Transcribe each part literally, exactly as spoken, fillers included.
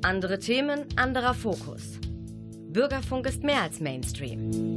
Andere Themen, anderer Fokus. Bürgerfunk ist mehr als Mainstream.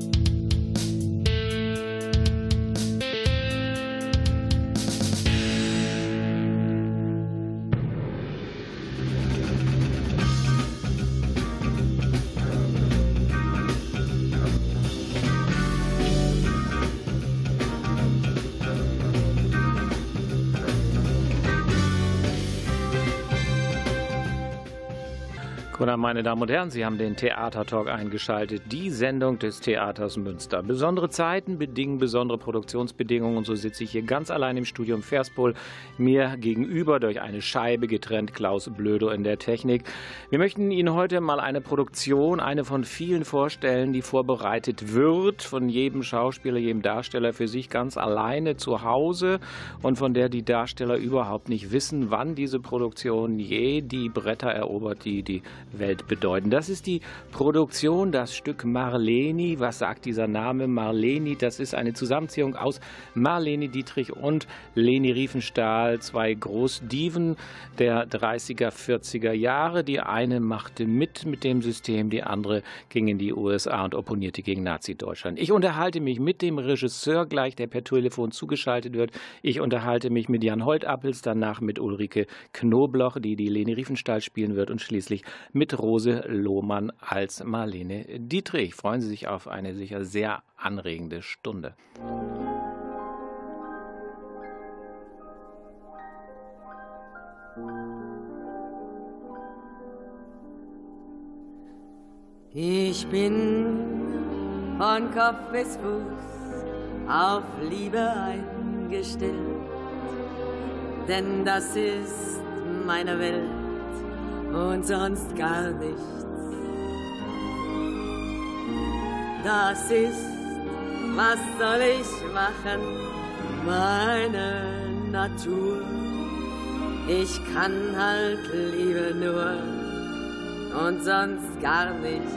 Meine Damen und Herren, Sie haben den Theatertalk eingeschaltet, die Sendung des Theaters Münster. Besondere Zeiten bedingen besondere Produktionsbedingungen und so sitze ich hier ganz allein im Studio im Verspol, mir gegenüber durch eine Scheibe getrennt Klaus Blödo in der Technik. Wir möchten Ihnen heute mal eine Produktion, eine von vielen vorstellen, die vorbereitet wird von jedem Schauspieler, jedem Darsteller für sich ganz alleine zu Hause und von der die Darsteller überhaupt nicht wissen, wann diese Produktion je die Bretter erobert, die die Welt bedeuten. Das ist die Produktion, das Stück Marleni. Was sagt dieser Name Marleni? Das ist eine Zusammenziehung aus Marlene Dietrich und Leni Riefenstahl, zwei Großdiven der dreißiger, vierziger Jahre. Die eine machte mit mit dem System, die andere ging in die U S A und opponierte gegen Nazi-Deutschland. Ich unterhalte mich mit dem Regisseur gleich, der per Telefon zugeschaltet wird. Ich unterhalte mich mit Jan Holtappels, danach mit Ulrike Knobloch, die die Leni Riefenstahl spielen wird, und schließlich mit Rose Lohmann als Marlene Dietrich. Freuen Sie sich auf eine sicher sehr anregende Stunde. Ich bin von Kopf bis Fuß auf Liebe eingestellt, denn das ist meine Welt und sonst gar nichts. Das ist, was soll ich machen, meine Natur. Ich kann halt Liebe nur und sonst gar nichts.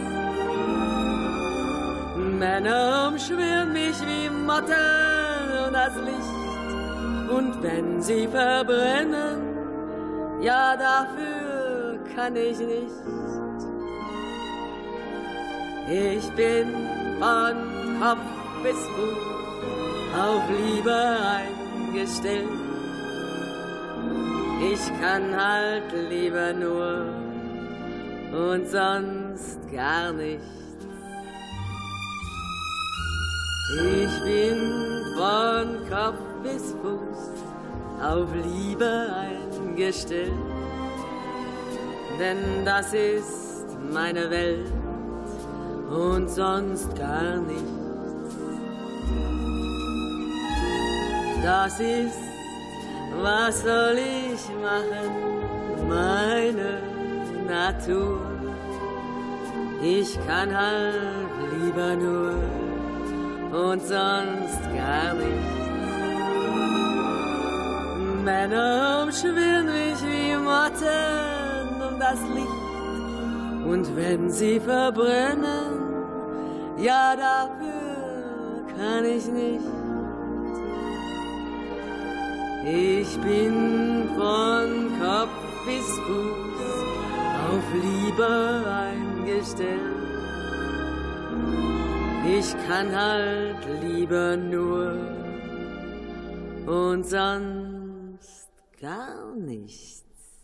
Männer umschwirren mich wie Motten und das Licht, und wenn sie verbrennen, ja, dafür kann ich nicht. Ich bin von Kopf bis Fuß auf Liebe eingestellt. Ich kann halt lieber nur und sonst gar nichts. Ich bin von Kopf bis Fuß auf Liebe eingestellt, denn das ist meine Welt und sonst gar nichts. Das ist, was soll ich machen, meine Natur. Ich kann halt lieber nur und sonst gar nichts. Männer umschwirren mich wie Motten um das Licht, und wenn sie verbrennen, ja, dafür kann ich nicht. Ich bin von Kopf bis Fuß auf Liebe eingestellt. Ich kann halt lieber nur und sonst gar nichts.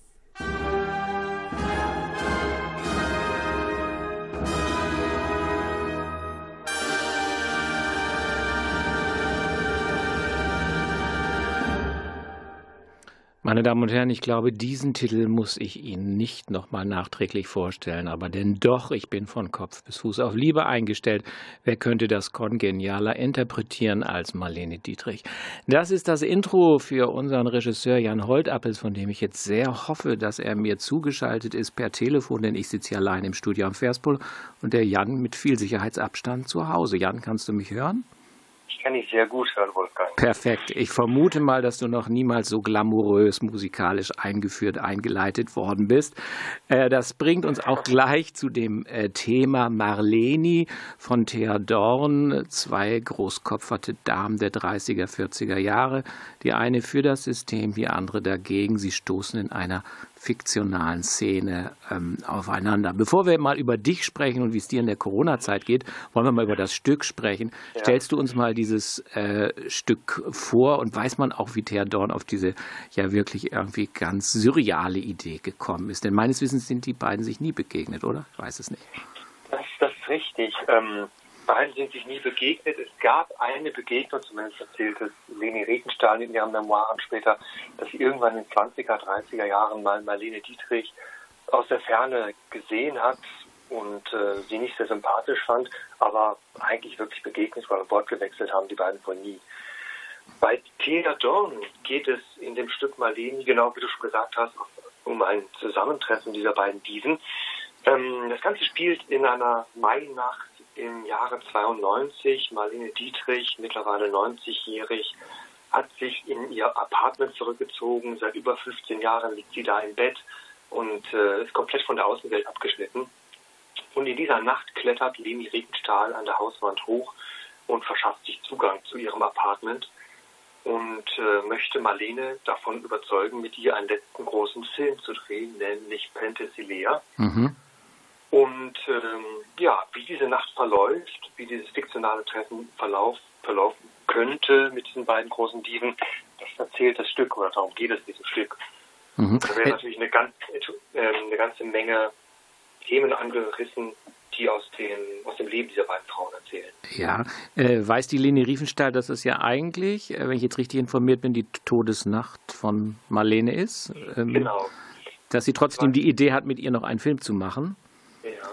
Meine Damen und Herren, ich glaube, diesen Titel muss ich Ihnen nicht nochmal nachträglich vorstellen, aber denn doch, ich bin von Kopf bis Fuß auf Liebe eingestellt. Wer könnte das kongenialer interpretieren als Marlene Dietrich? Das ist das Intro für unseren Regisseur Jan Holtappels, von dem ich jetzt sehr hoffe, dass er mir zugeschaltet ist per Telefon, denn ich sitze hier allein im Studio am Verspol und der Jan mit viel Sicherheitsabstand zu Hause. Jan, kannst du mich hören? Ich kann dich sehr gut hören, Wolfgang. Perfekt. Ich vermute mal, dass du noch niemals so glamourös musikalisch eingeführt, eingeleitet worden bist. Äh, das bringt uns auch gleich zu dem äh, Thema Marleni von Thea Dorn. Zwei großkopferte Damen der dreißiger, vierziger Jahre. Die eine für das System, die andere dagegen. Sie stoßen in einer fiktionalen Szene ähm, aufeinander. Bevor wir mal über dich sprechen und wie es dir in der Corona-Zeit geht, wollen wir mal über das Stück sprechen. Ja. Stellst du uns mal dieses äh, Stück vor und weiß man auch, wie Thea Dorn auf diese ja wirklich irgendwie ganz surreale Idee gekommen ist? Denn meines Wissens sind die beiden sich nie begegnet, oder? Ich weiß es nicht. Das, das ist richtig. Ähm, beiden sind sich nie begegnet. Es gab eine Begegnung, zumindest erzählt es Leni Riefenstahl in ihren Memoiren später, dass sie irgendwann in den zwanziger, dreißiger Jahren mal Marlene Dietrich aus der Ferne gesehen hat und äh, sie nicht sehr sympathisch fand, aber eigentlich wirklich begegnet oder Wort gewechselt haben die beiden wohl nie. Bei Thea Dorn geht es in dem Stück Marlene, genau wie du schon gesagt hast, um ein Zusammentreffen dieser beiden Diven. Ähm, das Ganze spielt in einer Mainacht im Jahre zweiundneunzig. Marlene Dietrich, mittlerweile neunzigjährig, hat sich in ihr Apartment zurückgezogen. Seit über fünfzehn Jahren liegt sie da im Bett und äh, ist komplett von der Außenwelt abgeschnitten. Und in dieser Nacht klettert Leni Riefenstahl an der Hauswand hoch und verschafft sich Zugang zu ihrem Apartment und äh, möchte Marlene davon überzeugen, mit ihr einen letzten großen Film zu drehen, nämlich Penthesilea. Mhm. Und ähm, ja, wie diese Nacht verläuft, wie dieses fiktionale Treffen verlauf, verlaufen könnte mit diesen beiden großen Diven, das erzählt das Stück, oder darum geht es diesem Stück. Mhm. Da werden natürlich eine, ganz, äh, eine ganze Menge Themen angerissen, die aus dem, aus dem Leben dieser beiden Frauen erzählen. Ja, äh, weiß die Leni Riefenstahl, dass es ja eigentlich, äh, wenn ich jetzt richtig informiert bin, die Todesnacht von Marlene ist? Ähm, genau. Dass sie trotzdem die Idee hat, mit ihr noch einen Film zu machen? Ja,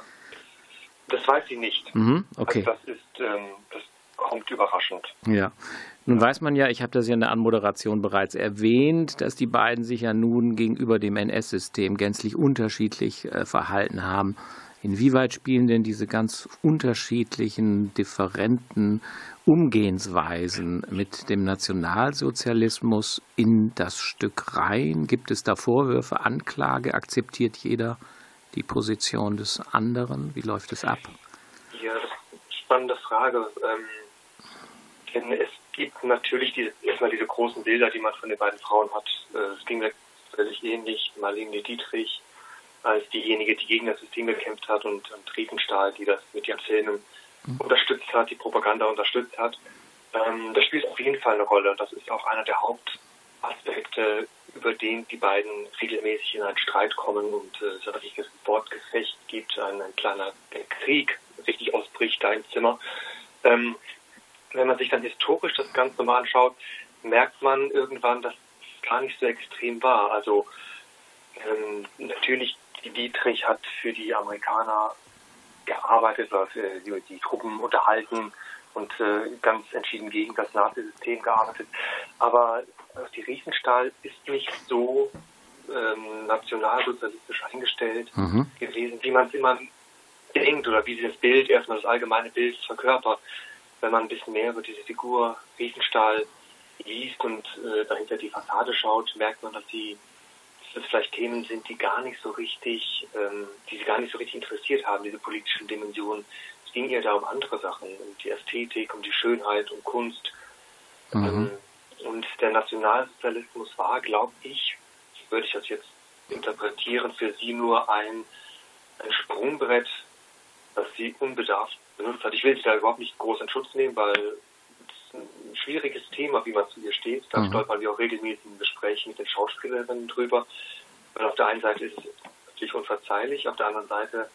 das weiß sie nicht. Mhm, okay. Also das ist, ähm, das kommt überraschend. Ja. Nun weiß man ja, ich habe das ja in der Anmoderation bereits erwähnt, dass die beiden sich ja nun gegenüber dem N S-System gänzlich unterschiedlich äh, verhalten haben. Inwieweit spielen denn diese ganz unterschiedlichen, differenten Umgehensweisen mit dem Nationalsozialismus in das Stück rein? Gibt es da Vorwürfe, Anklage? Akzeptiert jeder die Position des anderen? Wie läuft es ab? Ja, das ist eine spannende Frage. Ähm, denn es gibt natürlich diese, erstmal diese großen Bilder, die man von den beiden Frauen hat. Äh, es ging mir völlig ähnlich. Marlene Dietrich als diejenige, die gegen das System gekämpft hat, und, und Riefenstahl, die das mit ihren Filmen mhm. unterstützt hat, die Propaganda unterstützt hat. Ähm, das spielt auf jeden Fall eine Rolle, und das ist auch einer der Hauptaspekte, über den die beiden regelmäßig in einen Streit kommen und äh, es ein richtiges Wortgefecht gibt, ein, ein kleiner Krieg richtig ausbricht da im Zimmer. Ähm, wenn man sich dann historisch das Ganze mal anschaut, merkt man irgendwann, dass es gar nicht so extrem war. Also ähm, natürlich, die Dietrich hat für die Amerikaner gearbeitet, oder für die, die Truppen unterhalten und äh, ganz entschieden gegen das Nazisystem gearbeitet. Aber die Riefenstahl ist nicht so ähm, nationalsozialistisch eingestellt mhm. gewesen, wie man es immer denkt, oder wie sie das Bild, erstmal das allgemeine Bild verkörpert. Wenn man ein bisschen mehr über diese Figur Riefenstahl liest und äh, dahinter die Fassade schaut, merkt man, dass sie dass das vielleicht Themen sind, die gar nicht so richtig, ähm, die sie gar nicht so richtig interessiert haben, diese politischen Dimensionen. Es ging eher da um andere Sachen, um die Ästhetik, um die Schönheit, um Kunst. Mhm. Ähm, und der Nationalsozialismus war, glaube ich, würde ich das jetzt interpretieren, für sie nur ein, ein Sprungbrett, das sie unbedarft benutzt hat. Ich will sie da überhaupt nicht groß in Schutz nehmen, weil es ein schwieriges Thema, wie man zu ihr steht. Da mhm. stolpern wir auch regelmäßig in Gesprächen mit den Schauspielerinnen drüber. Weil auf der einen Seite ist es natürlich unverzeihlich, auf der anderen Seite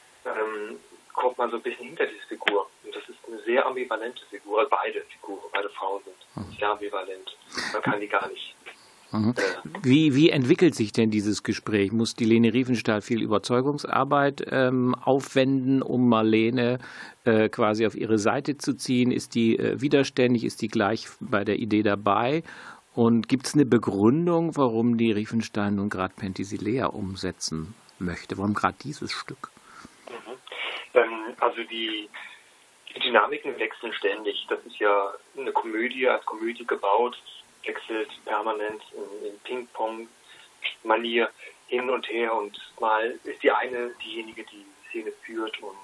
ähm, kommt man so ein bisschen hinter diese Figur. Und das ist eine sehr ambivalente Figur. Also beide Figuren, beide Frauen sind mhm. sehr ambivalent. Man kann die gar nicht. Mhm. Wie, wie entwickelt sich denn dieses Gespräch? Muss die Leni Riefenstahl viel Überzeugungsarbeit ähm, aufwenden, um Marlene äh, quasi auf ihre Seite zu ziehen? Ist die äh, widerständig? Ist die gleich bei der Idee dabei? Und gibt es eine Begründung, warum die Riefenstahl nun gerade Penthesilea umsetzen möchte? Warum gerade dieses Stück? Mhm. Ähm, also die, die Dynamiken wechseln ständig. Das ist ja eine Komödie, als Komödie gebaut, wechselt permanent in, in Ping-Pong-Manier hin und her, und mal ist die eine diejenige, die die Szene führt und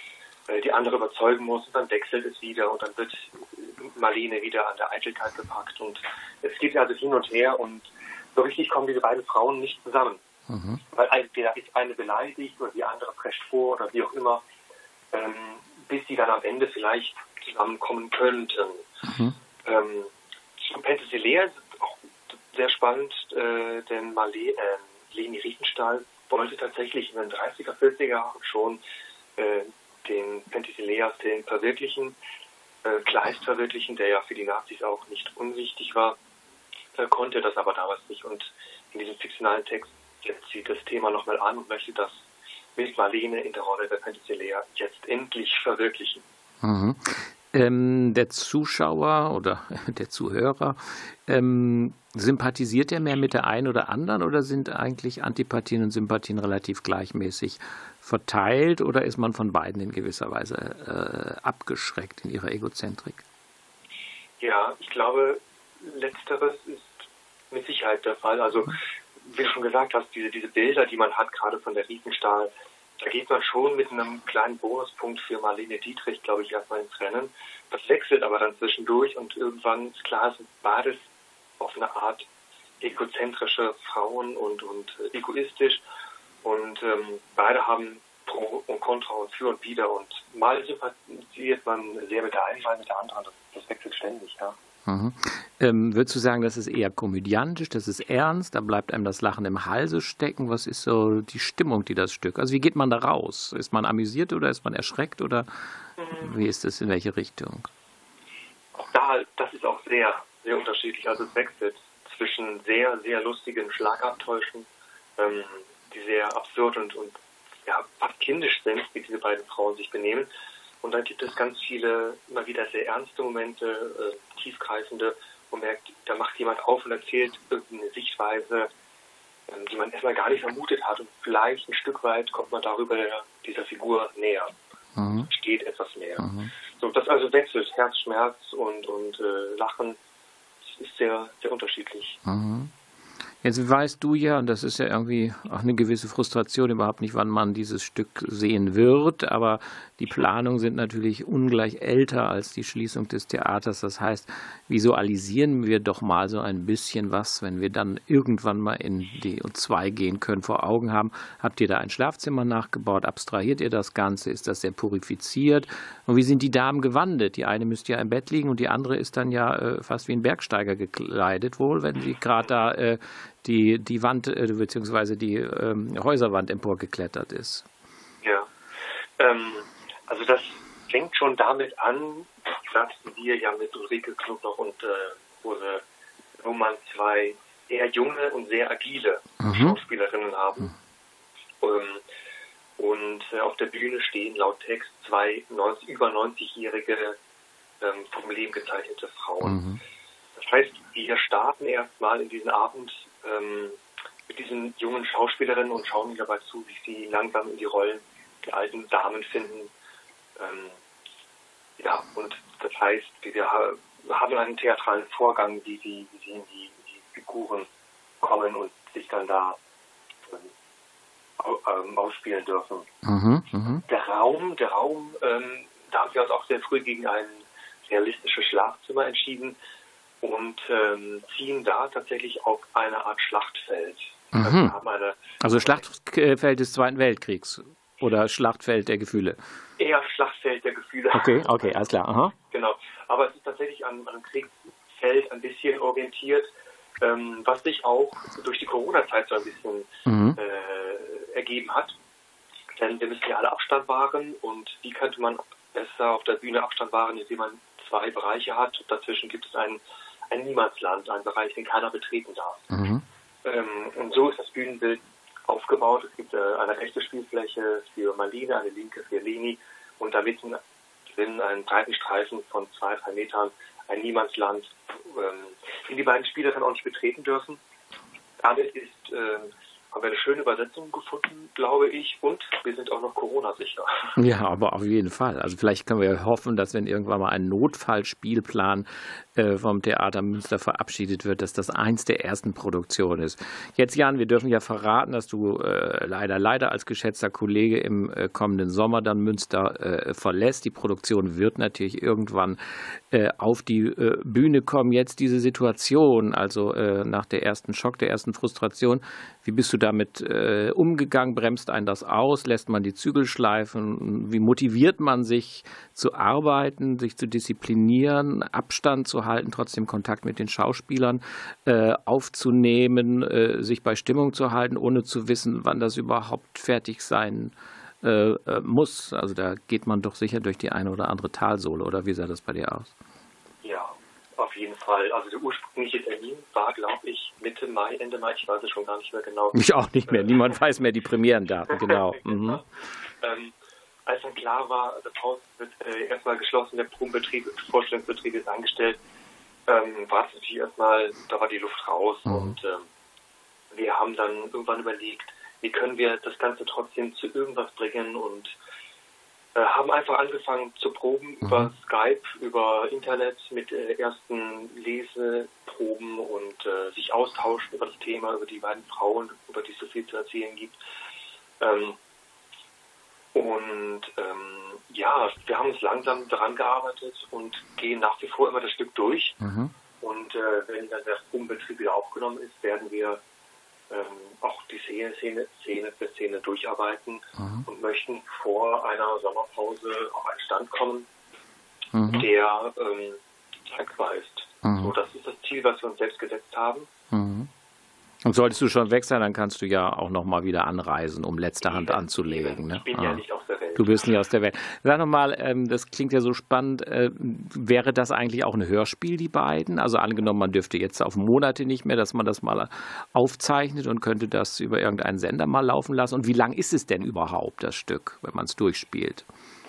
äh, die andere überzeugen muss, und dann wechselt es wieder und dann wird Marlene wieder an der Eitelkeit gepackt, und es geht also hin und her, und so richtig kommen diese beiden Frauen nicht zusammen. Mhm. Weil entweder ist eine beleidigt oder die andere prescht vor oder wie auch immer, ähm, bis sie dann am Ende vielleicht zusammenkommen könnten. Mhm. Ähm, zu Penthesilea ist auch sehr spannend, äh, denn Marle äh, Leni Riefenstahl wollte tatsächlich in den dreißiger, vierziger Jahren schon äh, den Penthesilea-Film verwirklichen, äh, Kleist verwirklichen, der ja für die Nazis auch nicht unwichtig war, äh, konnte das aber damals nicht. Und in diesem fiktionalen Text setzt sie das Thema nochmal an und möchte das mit Marlene in der Rolle der Penthesilea jetzt endlich verwirklichen. Mhm. Ähm, der Zuschauer oder der Zuhörer, ähm, sympathisiert er mehr mit der einen oder anderen oder sind eigentlich Antipathien und Sympathien relativ gleichmäßig verteilt oder ist man von beiden in gewisser Weise äh, abgeschreckt in ihrer Egozentrik? Ja, ich glaube, letzteres ist mit Sicherheit der Fall. Also, wie du schon gesagt hast, diese, diese Bilder, die man hat, gerade von der Riefenstahl, da geht man schon mit einem kleinen Bonuspunkt für Marlene Dietrich, glaube ich, erstmal ins Rennen. Das wechselt aber dann zwischendurch und irgendwann ist klar, es sind beides auf eine Art egozentrische Frauen und, und egoistisch. Und ähm, beide haben Pro und Contra und Für und Wider. Und mal sympathisiert man sehr mit der einen, mal mit der anderen. Das, das wechselt ständig, ja. Mhm. Ähm, würdest du sagen, das ist eher komödiantisch, das ist ernst, da bleibt einem das Lachen im Halse stecken? Was ist so die Stimmung, die das Stück? Also wie geht man da raus? Ist man amüsiert oder ist man erschreckt oder mhm. wie ist es, in welche Richtung? Auch da, das ist auch sehr, sehr unterschiedlich. Also es wechselt zwischen sehr, sehr lustigen Schlagabtäuschen, ähm, die sehr absurd und, und ja, fast kindisch sind, wie diese beiden Frauen sich benehmen. Und dann gibt es ganz viele, immer wieder sehr ernste Momente, äh, tiefgreifende, und merkt, da macht jemand auf und erzählt irgendeine Sichtweise, ähm, die man erstmal gar nicht vermutet hat. Und vielleicht ein Stück weit kommt man darüber der, dieser Figur näher, mhm. steht etwas näher. Mhm. So, das also wechselt, Herzschmerz und, und äh, Lachen, das ist sehr, sehr unterschiedlich. Mhm. Jetzt weißt du ja, und das ist ja irgendwie auch eine gewisse Frustration, überhaupt nicht, wann man dieses Stück sehen wird, aber die Planungen sind natürlich ungleich älter als die Schließung des Theaters. Das heißt, visualisieren wir doch mal so ein bisschen was, wenn wir dann irgendwann mal in D O zwei gehen können, vor Augen haben. Habt ihr da ein Schlafzimmer nachgebaut? Abstrahiert ihr das Ganze? Ist das sehr purifiziert? Und wie sind die Damen gewandet? Die eine müsste ja im Bett liegen und die andere ist dann ja äh, fast wie ein Bergsteiger gekleidet, wohl, wenn sie gerade da äh, die, die Wand äh, bzw. die ähm, Häuserwand emporgeklettert ist. Ja, ähm, also das fängt schon damit an, dass wir ja mit Ulrike Knoblauch und äh, Rose Roman zwei eher junge und sehr agile mhm. Schauspielerinnen haben. Mhm. Ähm, und äh, auf der Bühne stehen laut Text zwei neunzig, über neunzigjährige ähm, vom Leben gezeichnete Frauen. Mhm. Das heißt, wir starten erstmal in diesen Abend ähm, mit diesen jungen Schauspielerinnen und schauen ihnen dabei zu, wie sie langsam in die Rollen der alten Damen finden. Ähm, ja, und das heißt, wir haben einen theatralen Vorgang, wie sie, wie sie in die, in die Figuren kommen und sich dann da ähm, ausspielen dürfen. Mhm, mh. Der Raum, der Raum, ähm, da haben wir uns auch sehr früh gegen ein realistisches Schlafzimmer entschieden und ähm, ziehen da tatsächlich auf eine Art Schlachtfeld. Mhm. Also, wir haben eine, also Schlachtfeld des Zweiten Weltkriegs oder Schlachtfeld der Gefühle? Eher Schlachtfeld der Gefühle. Okay, okay, alles klar. Aha. Genau, aber es ist tatsächlich an einem Kriegsfeld ein bisschen orientiert, ähm, was sich auch durch die Corona-Zeit so ein bisschen mhm. äh, ergeben hat. Denn wir müssen ja alle Abstand wahren und wie könnte man besser auf der Bühne Abstand wahren, indem man zwei Bereiche hat. Dazwischen gibt es ein, ein Niemandsland, einen Bereich, den keiner betreten darf. Mhm. Ähm, und so ist das Bühnenbild aufgebaut. Es gibt äh, eine rechte Spielfläche für Marlene, eine linke für Leni und da mitten drin einen breiten Streifen von zwei, drei Metern, ein Niemandsland, ähm, den die beiden Spielerinnen auch nicht betreten dürfen. Damit ist, äh, haben wir eine schöne Übersetzung gefunden, glaube ich, und wir sind auch noch Corona-sicher. Ja, aber auf jeden Fall. Also vielleicht können wir hoffen, dass wenn irgendwann mal ein Notfallspielplan äh, vom Theater Münster verabschiedet wird, dass das eins der ersten Produktionen ist. Jetzt, Jan, wir dürfen ja verraten, dass du äh, leider, leider als geschätzter Kollege im äh, kommenden Sommer dann Münster äh, verlässt. Die Produktion wird natürlich irgendwann äh, auf die äh, Bühne kommen. Jetzt diese Situation, also äh, nach der ersten Schock, der ersten Frustration, wie bist du du damit äh, umgegangen? Bremst einen das aus? Lässt man die Zügel schleifen? Wie motiviert man sich zu arbeiten, sich zu disziplinieren, Abstand zu halten, trotzdem Kontakt mit den Schauspielern äh, aufzunehmen, äh, sich bei Stimmung zu halten, ohne zu wissen, wann das überhaupt fertig sein äh, äh, muss? Also da geht man doch sicher durch die eine oder andere Talsohle, oder wie sah das bei dir aus? Ja, auf jeden Fall. Also der ursprüngliche Termin war, glaube ich, Mitte Mai, Ende Mai, ich weiß es schon gar nicht mehr genau. Ich auch nicht mehr, niemand weiß mehr die Premierendaten, genau. Mhm. ähm, als dann klar war, das Haus wird äh, erstmal geschlossen, der Probenbetrieb, Vorstellungsbetrieb ist eingestellt, ähm, war es natürlich erstmal, da war die Luft raus mhm. und ähm, wir haben dann irgendwann überlegt, wie können wir das Ganze trotzdem zu irgendwas bringen und äh, haben einfach angefangen zu proben mhm. über Skype, über Internet mit äh, ersten Leseproben und äh, sich austauschen über das Thema, über die beiden Frauen, über die es so viel zu erzählen gibt. Ähm, und ähm, ja, wir haben uns langsam daran gearbeitet und gehen nach wie vor immer das Stück durch. Mhm. Und äh, wenn dann der Probenbetrieb wieder aufgenommen ist, werden wir ähm, auch die Szene, Szene, Szene für Szene durcharbeiten mhm. und möchten vor einer Sommerpause auf einen Stand kommen, mhm. der ähm, zeigbar ist. Mhm. So, das ist das Ziel, was wir uns selbst gesetzt haben. Mhm. Und solltest du schon weg sein, dann kannst du ja auch nochmal wieder anreisen, um letzte Hand anzulegen. Ne? Ich bin ah. ja nicht aus der Welt. Du bist nicht aus der Welt. Sag nochmal, ähm, das klingt ja so spannend, äh, wäre das eigentlich auch ein Hörspiel, die beiden? Also angenommen, man dürfte jetzt auf Monate nicht mehr, dass man das mal aufzeichnet und könnte das über irgendeinen Sender mal laufen lassen. Und wie lang ist es denn überhaupt, das Stück, wenn man es durchspielt?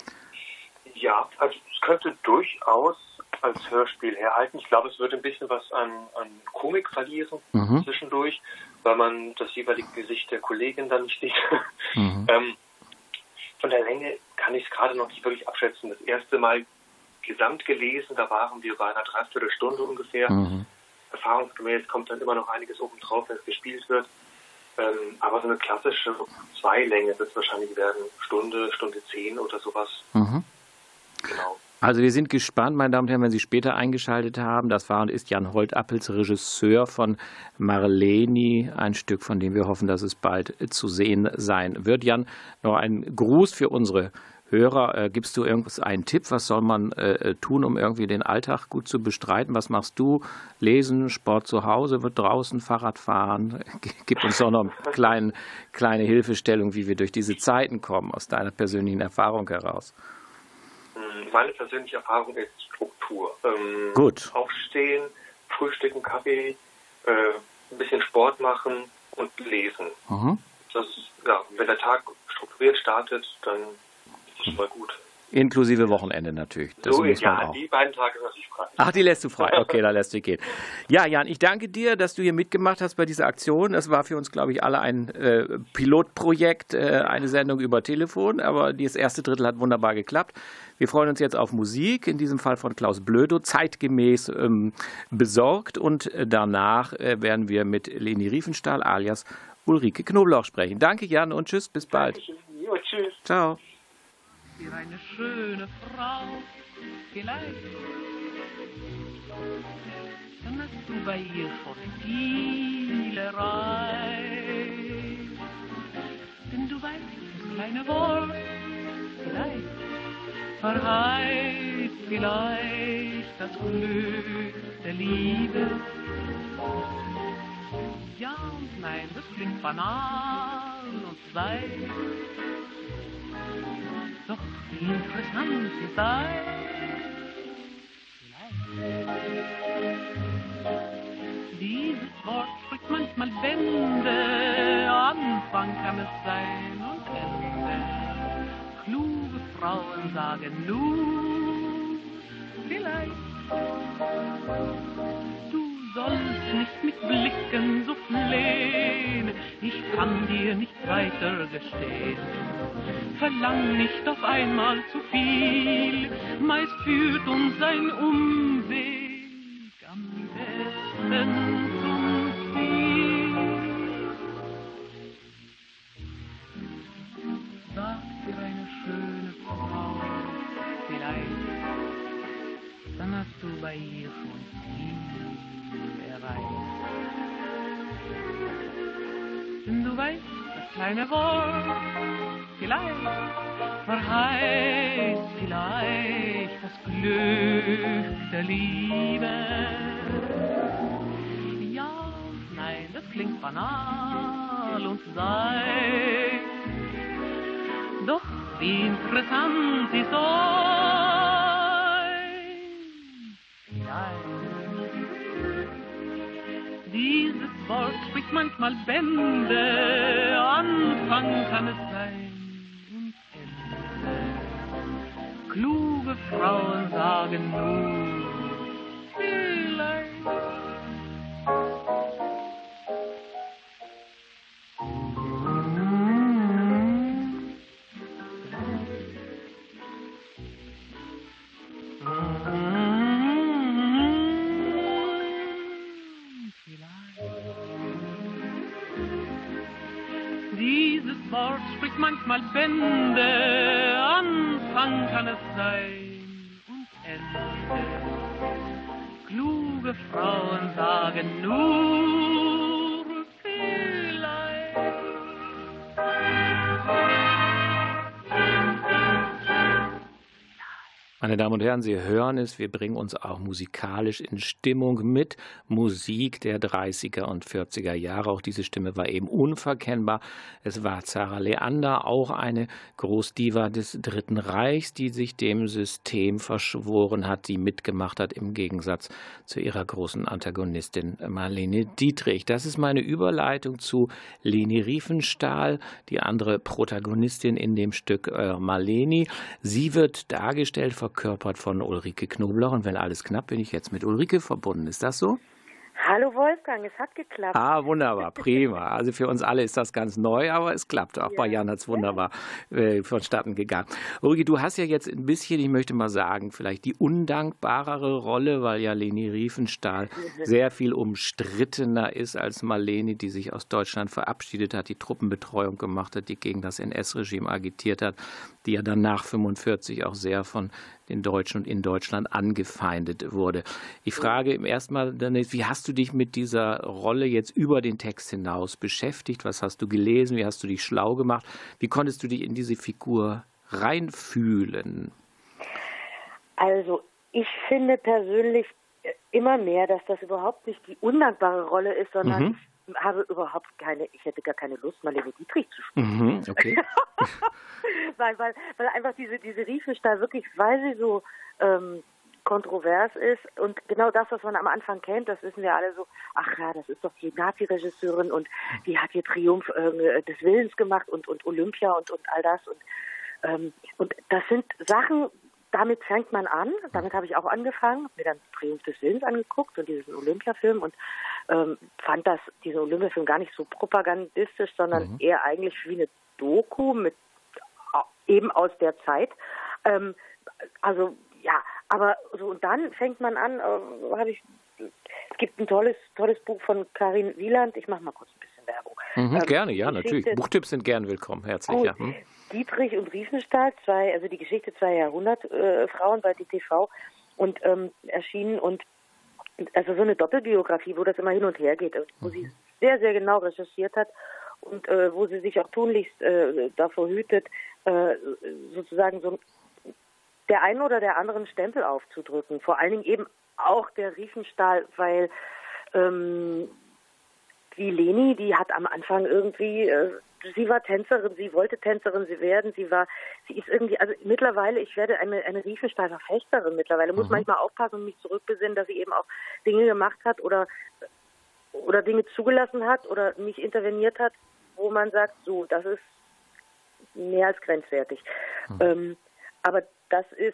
Ja, also es könnte durchaus als Hörspiel herhalten. Ich glaube, es würde ein bisschen was an, an Komik verlieren mhm. zwischendurch, weil man das jeweilige Gesicht der Kollegin dann nicht sieht. Mhm. ähm, von der Länge kann ich es gerade noch nicht wirklich abschätzen. Das erste Mal gesamt gelesen, da waren wir bei einer Dreiviertelstunde ungefähr. Mhm. Erfahrungsgemäß kommt dann immer noch einiges oben drauf, wenn es gespielt wird. Ähm, aber so eine klassische Zweilänge wird es wahrscheinlich werden. Stunde, Stunde zehn oder sowas. Mhm. Genau. Also wir sind gespannt, meine Damen und Herren, wenn Sie später eingeschaltet haben. Das war und ist Jan Holtappels, Regisseur von Marleni, ein Stück, von dem wir hoffen, dass es bald zu sehen sein wird. Jan, noch ein Gruß für unsere Hörer. Äh, gibst du irgendwas einen Tipp? Was soll man äh, tun, um irgendwie den Alltag gut zu bestreiten? Was machst du? Lesen, Sport zu Hause, wird draußen, Fahrrad fahren? Gib uns doch noch eine kleine, kleine Hilfestellung, wie wir durch diese Zeiten kommen, aus deiner persönlichen Erfahrung heraus. Meine persönliche Erfahrung ist Struktur. Ähm, Gut. Aufstehen, frühstücken, Kaffee, äh, ein bisschen Sport machen und lesen. Mhm. Das ist, ja, wenn der Tag strukturiert startet, dann ist es mal gut. Inklusive Wochenende natürlich. Das so, muss man ja, auch. Die beiden Tage lasse ich frei. Ach, die lässt du frei. Okay, da lässt du gehen. Ja, Jan, ich danke dir, dass du hier mitgemacht hast bei dieser Aktion. Es war für uns, glaube ich, alle ein äh, Pilotprojekt, äh, eine Sendung über Telefon, aber das erste Drittel hat wunderbar geklappt. Wir freuen uns jetzt auf Musik, in diesem Fall von Klaus Blödo, zeitgemäß ähm, besorgt. Und danach äh, werden wir mit Leni Riefenstahl alias Ulrike Knoblauch sprechen. Danke, Jan, und tschüss, bis bald. Jo, tschüss. Ciao. Für eine schöne Frau vielleicht, dann hast du bei ihr schon viele erreicht. Denn du weißt, das kleine Wort vielleicht verheißt vielleicht das Glück der Liebe. Ja und nein, das klingt banal und weich. Doch wie interessant es sei, dieses Wort spricht manchmal Bände, Anfang kann es sein und Ende. Kluge Frauen sagen nur, vielleicht. Du sollst nicht mit Blicken so flehen, ich kann dir nicht weiter gestehen. Verlang nicht auf einmal zu viel, meist führt uns ein Umweg am besten zum Ziel. Sag dir eine schöne Frau, vielleicht, dann hast du bei ihr schon viel erreicht. Denn du weißt, das kleine Wort vielleicht verheißt vielleicht das Glück der Liebe. Ja, nein, das klingt banal und sei, doch wie interessant sie sein. Vielleicht. Dieses Wort spricht manchmal Bände, Anfang kann es sein und Ende. Kluge Frauen sagen nur, vielleicht. Dieses Wort spricht manchmal Bände, Anfang kann es sein und Ende. Kluge Frauen sagen nur vielleicht. Meine Damen und Herren, Sie hören es, wir bringen uns auch musikalisch in Stimmung mit Musik der dreißiger und vierziger Jahre. Auch diese Stimme war eben unverkennbar. Es war Zarah Leander, auch eine Großdiva des Dritten Reichs, die sich dem System verschworen hat, die mitgemacht hat, im Gegensatz zu ihrer großen Antagonistin Marlene Dietrich. Das ist meine Überleitung zu Leni Riefenstahl, die andere Protagonistin in dem Stück äh, Marlene. Sie wird dargestellt, verkörpert von Ulrike Knobloch. Und wenn alles knapp, bin ich jetzt mit Ulrike verbunden. Ist das so? Hallo Wolfgang, es hat geklappt. Ah, wunderbar, prima. Also für uns alle ist das ganz neu, aber es klappt. Auch ja. Bei Jan hat es wunderbar äh, vonstatten gegangen. Ulrike, du hast ja jetzt ein bisschen, ich möchte mal sagen, vielleicht die undankbarere Rolle, weil ja Leni Riefenstahl sehr viel umstrittener ist als Marlene, die sich aus Deutschland verabschiedet hat, die Truppenbetreuung gemacht hat, die gegen das N S-Regime agitiert hat, die ja dann nach fünfundvierzig auch sehr von den Deutschen und in Deutschland angefeindet wurde. Ich frage im ersten Mal, wie hast du dich mit dieser Rolle jetzt über den Text hinaus beschäftigt? Was hast du gelesen? Wie hast du dich schlau gemacht? Wie konntest du dich in diese Figur reinfühlen? Also ich finde persönlich immer mehr, dass das überhaupt nicht die undankbare Rolle ist, sondern mhm. ich habe überhaupt keine, ich hätte gar keine Lust, Marlene Dietrich zu spielen. Mhm, okay. weil, weil, weil einfach diese, diese Riefenstahl wirklich, weil sie so ähm, kontrovers ist und genau das, was man am Anfang kennt, das wissen wir alle so, ach ja, das ist doch die Nazi-Regisseurin und die hat hier Triumph äh, des Willens gemacht und, und Olympia und, und all das und, ähm, und das sind Sachen, damit fängt man an, damit habe ich auch angefangen, habe mir dann Triumph des Willens angeguckt und diesen Olympiafilm und ähm, fand das, diesen Olympiafilm gar nicht so propagandistisch, sondern mhm. eher eigentlich wie eine Doku mit eben aus der Zeit. Ähm, also ja, aber so und dann fängt man an, äh, habe ich, es gibt ein tolles, tolles Buch von Karin Wieland, ich mache mal kurz ein bisschen Werbung. Mhm, ähm, gerne, ja, natürlich. Buchtipps sind gern willkommen, herzlich. Oh, ja. Hm. Dietrich und Riefenstahl, zwei, also die Geschichte zwei Jahrhundert-Frauen äh, bei D T V und ähm, erschienen und also so eine Doppelbiografie, wo das immer hin und her geht, wo mhm. sie sehr, sehr genau recherchiert hat und äh, wo sie sich auch tunlichst äh, davor hütet, äh, sozusagen so der einen oder der anderen Stempel aufzudrücken. Vor allen Dingen eben auch der Riefenstahl, weil ähm, die Leni, die hat am Anfang irgendwie, äh, sie war Tänzerin, sie wollte Tänzerin sie werden, sie war, sie ist irgendwie, also mittlerweile, ich werde eine, eine Riefenstahler Fechterin mittlerweile, muss mhm. manchmal aufpassen und mich zurückbesinnen, dass sie eben auch Dinge gemacht hat oder, oder Dinge zugelassen hat oder nicht interveniert hat, wo man sagt, so, das ist mehr als grenzwertig. Mhm. Ähm, aber das ist,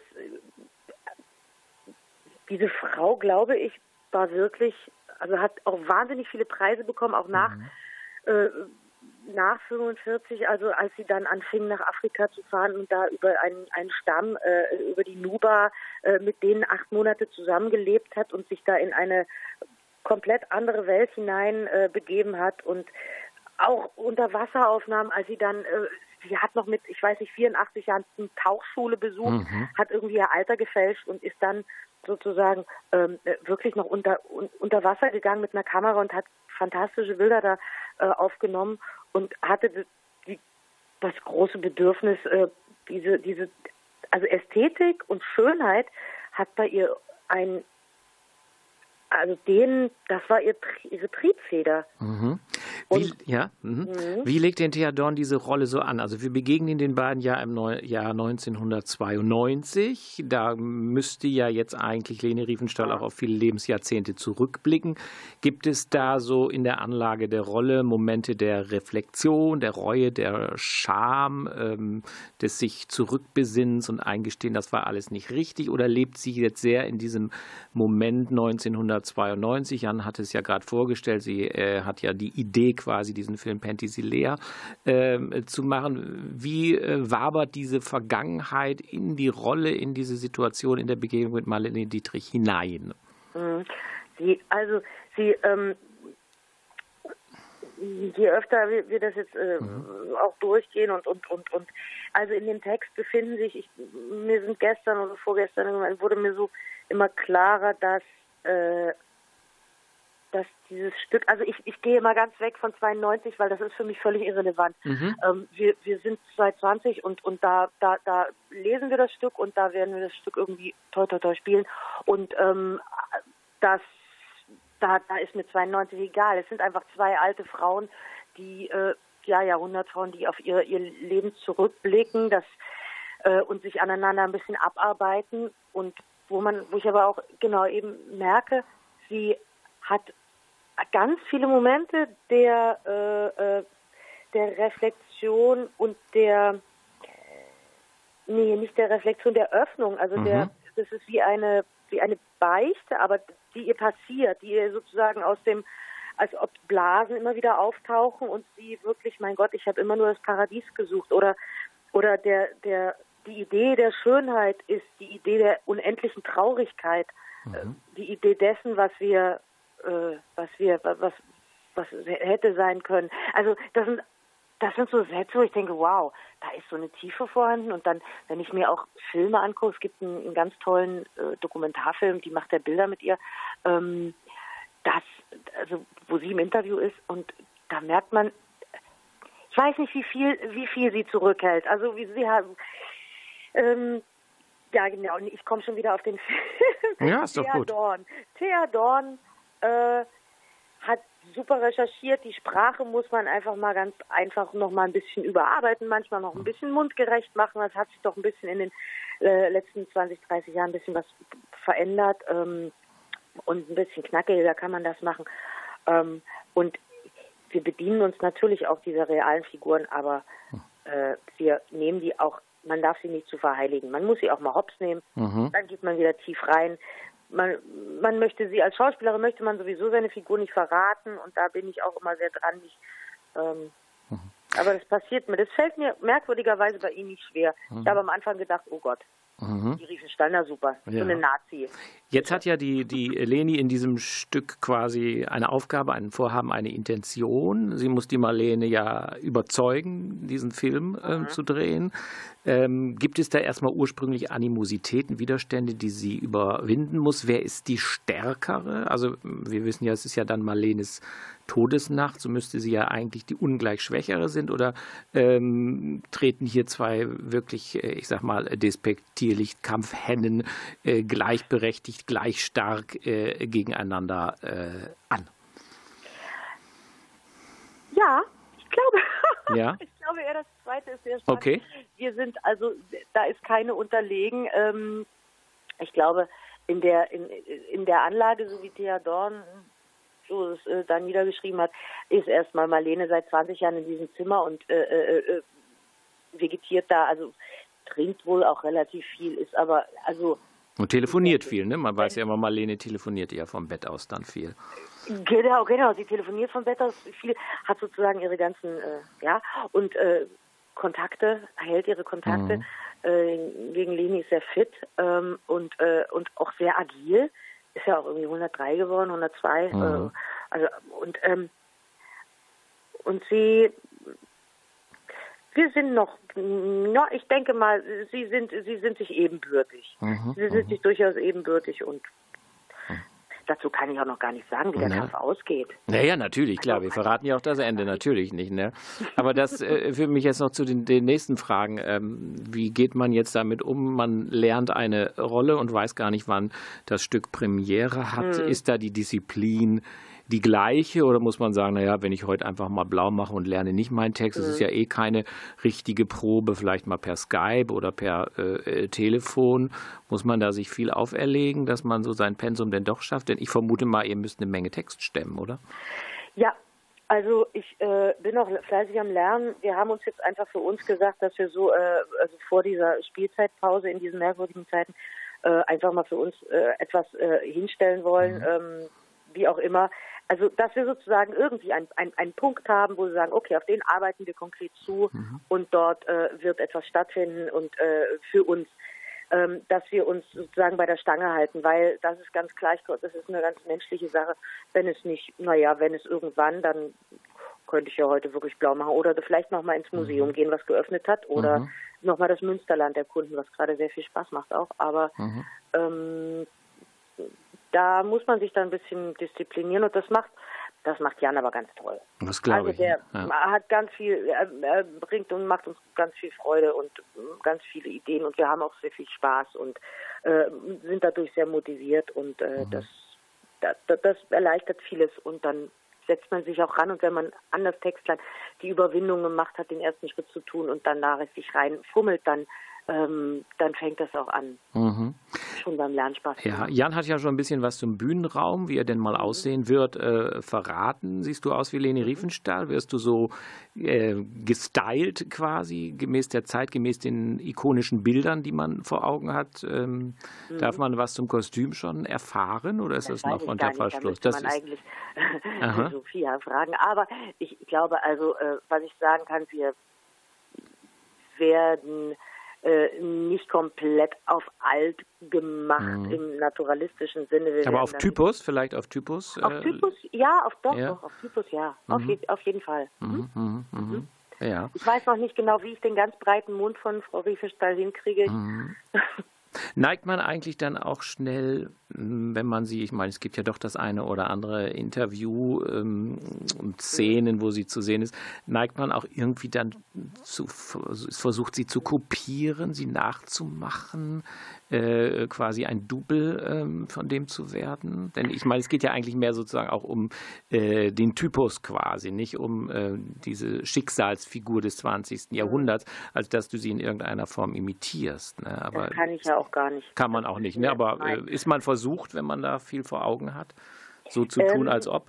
diese Frau, glaube ich, war wirklich, also hat auch wahnsinnig viele Preise bekommen, auch nach, mhm. äh, nach fünfundvierzig, also als sie dann anfing, nach Afrika zu fahren und da über einen, einen Stamm, äh, über die Nuba, äh, mit denen acht Monate zusammengelebt hat und sich da in eine komplett andere Welt hinein äh, begeben hat und auch Unterwasseraufnahmen, als sie dann, äh, sie hat noch mit, ich weiß nicht, vierundachtzig Jahren eine Tauchschule besucht, mhm. hat irgendwie ihr Alter gefälscht und ist dann sozusagen ähm, wirklich noch unter un, unter Wasser gegangen mit einer Kamera und hat fantastische Bilder da äh, aufgenommen und hatte die, das große Bedürfnis, äh, diese, diese, also Ästhetik und Schönheit hat bei ihr ein, also den, das war ihr, ihre Triebfeder. Mhm. Wie, Und, ja, mhm. Mhm. Wie legt denn Thea Dorn diese Rolle so an? Also wir begegnen den beiden ja im Neu- Jahr neunzehnhundertzweiundneunzig. Da müsste ja jetzt eigentlich Leni Riefenstahl auch auf viele Lebensjahrzehnte zurückblicken. Gibt es da so in der Anlage der Rolle Momente der Reflexion, der Reue, der Scham, ähm, des sich Zurückbesinnens und Eingestehen, das war alles nicht richtig? Oder lebt sie jetzt sehr in diesem Moment neunzehnhundertzweiundneunzig? Jan hat es ja gerade vorgestellt, sie äh, hat ja die Idee quasi, diesen Film Penthesilea äh, zu machen. Wie äh, wabert diese Vergangenheit in die Rolle, in diese Situation, in der Begegnung mit Marlene Dietrich hinein? Sie, also sie, ähm, je öfter wir, wir das jetzt äh, mhm. auch durchgehen und, und, und, und, also in dem Text befinden sich, ich, mir sind gestern oder vorgestern, wurde mir so immer klarer, dass äh, dass dieses Stück, also ich, ich gehe mal ganz weg von zweiundneunzig, weil das ist für mich völlig irrelevant. Mhm. Ähm, wir, wir sind zweitausendzwanzig und, und da, da, da lesen wir das Stück und da werden wir das Stück irgendwie toi toi toi spielen und ähm, das, da, da ist mir zweiundneunzig egal. Es sind einfach zwei alte Frauen, die, äh, ja, Jahrhundertfrauen, die auf ihr, ihr Leben zurückblicken, das, äh, und sich aneinander ein bisschen abarbeiten und wo man, wo ich aber auch genau eben merke, sie hat ganz viele Momente der, äh, der Reflexion und der, nee, nicht der Reflexion, der Öffnung. Also mhm. der, das ist wie eine, wie eine Beichte, aber die ihr passiert, die ihr sozusagen aus dem, als ob Blasen immer wieder auftauchen und sie wirklich, mein Gott, ich habe immer nur das Paradies gesucht. Oder, oder der, der, die Idee der Schönheit ist die Idee der unendlichen Traurigkeit, mhm. die Idee dessen, was wir was wir, was, was hätte sein können. Also das sind, das sind so Sätze, wo ich denke, wow, da ist so eine Tiefe vorhanden. Und dann, wenn ich mir auch Filme angucke, es gibt einen, einen ganz tollen äh, Dokumentarfilm, die macht ja Bilder mit ihr, ähm, das, also wo sie im Interview ist und da merkt man, ich weiß nicht, wie viel, wie viel sie zurückhält. Also wie sie hat, ähm, ja genau, ich komme schon wieder auf den Film. Ja, ist doch Thea gut. Dorn. Thea Dorn Äh, hat super recherchiert. Die Sprache muss man einfach mal ganz einfach noch mal ein bisschen überarbeiten, manchmal noch ein bisschen mundgerecht machen. Das hat sich doch ein bisschen in den äh, letzten zwanzig, dreißig Jahren ein bisschen was verändert ähm, und ein bisschen knackiger kann man das machen. Ähm, und wir bedienen uns natürlich auch dieser realen Figuren, aber äh, wir nehmen die auch, man darf sie nicht zu verheiligen. Man muss sie auch mal hops nehmen, mhm. dann geht man wieder tief rein. Man, man möchte sie als Schauspielerin, möchte man sowieso seine Figur nicht verraten und da bin ich auch immer sehr dran. Ich, ähm, mhm. Aber das passiert mir, das fällt mir merkwürdigerweise bei Ihnen nicht schwer. Mhm. Ich habe am Anfang gedacht, oh Gott, mhm. die Riefenstahl, na super, ja. So eine Nazi. Jetzt hat ja die, die Leni in diesem Stück quasi eine Aufgabe, ein Vorhaben, eine Intention. Sie muss die Marlene ja überzeugen, diesen Film ähm, mhm. zu drehen. Ähm, gibt es da erstmal ursprünglich Animositäten, Widerstände, die sie überwinden muss? Wer ist die Stärkere? Also wir wissen ja, es ist ja dann Marlenes Todesnacht, so müsste sie ja eigentlich die ungleich Schwächere sind, oder ähm, treten hier zwei wirklich, ich sag mal, despektierlich Kampfhennen äh, gleichberechtigt, gleich stark äh, gegeneinander äh, an? Ja, ich glaube. Ja? Ich glaube eher, das Zweite ist sehr spannend. Okay. Wir sind also, da ist keine unterlegen. Ähm, ich glaube, in der, in, in der Anlage, so wie Thea Dorn so es äh, da niedergeschrieben hat, ist erstmal Marlene seit zwanzig Jahren in diesem Zimmer und äh, äh, vegetiert da, also trinkt wohl auch relativ viel, ist aber, also... Und telefoniert viel, ne? Man weiß ja immer, Marlene telefoniert ja vom Bett aus dann viel. Genau, genau, sie telefoniert vom Bett aus viel, hat sozusagen ihre ganzen, äh, ja, und äh, Kontakte, hält ihre Kontakte. Mhm. Äh, gegen Leni ist sehr fit ähm, und, äh, und auch sehr agil. Ist ja auch irgendwie hundertdrei geworden, hundertzwei. Mhm. Äh, also, und, ähm, und sie, wir sind noch, ja, ich denke mal, sie sind, sie sind sich ebenbürtig. Mhm. Sie sind mhm. sich durchaus ebenbürtig und dazu kann ich auch noch gar nicht sagen, wie der Ja. Kampf ausgeht. Naja, natürlich, klar. Wir verraten ja auch das Ende, natürlich nicht. Ne? Aber das äh, führt mich jetzt noch zu den, den nächsten Fragen. Ähm, wie geht man jetzt damit um? Man lernt eine Rolle und weiß gar nicht, wann das Stück Premiere hat. Hm. Ist da die Disziplin die gleiche oder muss man sagen, naja, wenn ich heute einfach mal blau mache und lerne nicht meinen Text, es ist ja eh keine richtige Probe, vielleicht mal per Skype oder per äh, Telefon, muss man da sich viel auferlegen, dass man so sein Pensum denn doch schafft? Denn ich vermute mal, ihr müsst eine Menge Text stemmen, oder? Ja, also ich äh, bin noch fleißig am Lernen. Wir haben uns jetzt einfach für uns gesagt, dass wir so, äh, also vor dieser Spielzeitpause in diesen merkwürdigen Zeiten, äh, einfach mal für uns äh, etwas äh, hinstellen wollen, mhm. ähm, wie auch immer. Also, dass wir sozusagen irgendwie einen ein Punkt haben, wo wir sagen, okay, auf den arbeiten wir konkret zu mhm. und dort äh, wird etwas stattfinden und äh, für uns, ähm, dass wir uns sozusagen bei der Stange halten, weil das ist ganz klar, ich glaube, das ist eine ganz menschliche Sache. Wenn es nicht, naja, wenn es irgendwann, dann könnte ich ja heute wirklich blau machen oder vielleicht nochmal ins Museum mhm. gehen, was geöffnet hat oder mhm. nochmal das Münsterland erkunden, was gerade sehr viel Spaß macht auch, aber mhm. ähm, da muss man sich dann ein bisschen disziplinieren und das macht, das macht Jan aber ganz toll. Das glaube ich. Also der ja. hat ganz viel, er, er bringt und macht uns ganz viel Freude und ganz viele Ideen und wir haben auch sehr viel Spaß und äh, sind dadurch sehr motiviert und äh, mhm. das, das, das erleichtert vieles und dann setzt man sich auch ran und wenn man an das Textland die Überwindung gemacht hat, den ersten Schritt zu tun und dann nachher sich reinfummelt, dann Ähm, dann fängt das auch an. Mhm. Schon beim Lernspaß. Ja, Jan hat ja schon ein bisschen was zum Bühnenraum, wie er denn mal mhm. aussehen wird, äh, verraten. Siehst du aus wie Leni Riefenstahl? Wirst du so äh, gestylt quasi, gemäß der Zeit, gemäß den ikonischen Bildern, die man vor Augen hat? Ähm, mhm. Darf man was zum Kostüm schon erfahren oder ist das, das noch unter Verschluss? Da müsste man eigentlich Sophia fragen. Aber ich glaube also, äh, was ich sagen kann, wir werden Äh, nicht komplett auf alt gemacht mhm. im naturalistischen Sinne. Wir Aber auf Typus, vielleicht auf Typus? Auf äh, Typus, ja, auf doch, ja. doch, auf Typus, ja. Mhm. Auf, je, auf jeden Fall. Mhm. Mhm. Mhm. Ja. Ich weiß noch nicht genau, wie ich den ganz breiten Mund von Frau Riefenstahl hinkriege. Mhm. Neigt man eigentlich dann auch schnell, wenn man sie, ich meine, es gibt ja doch das eine oder andere Interview ähm, und Szenen, wo sie zu sehen ist, neigt man auch irgendwie dann zu, versucht sie zu kopieren, sie nachzumachen, äh, quasi ein Double ähm, von dem zu werden? Denn ich meine, es geht ja eigentlich mehr sozusagen auch um äh, den Typus quasi, nicht um äh, diese Schicksalsfigur des zwanzigsten Jahrhunderts, als dass du sie in irgendeiner Form imitierst. Ne? Aber das kann ich ja auch gar nicht. Kann man auch nicht, ne? Aber äh, ist man versucht, wenn man da viel vor Augen hat, so zu tun, ähm, als ob?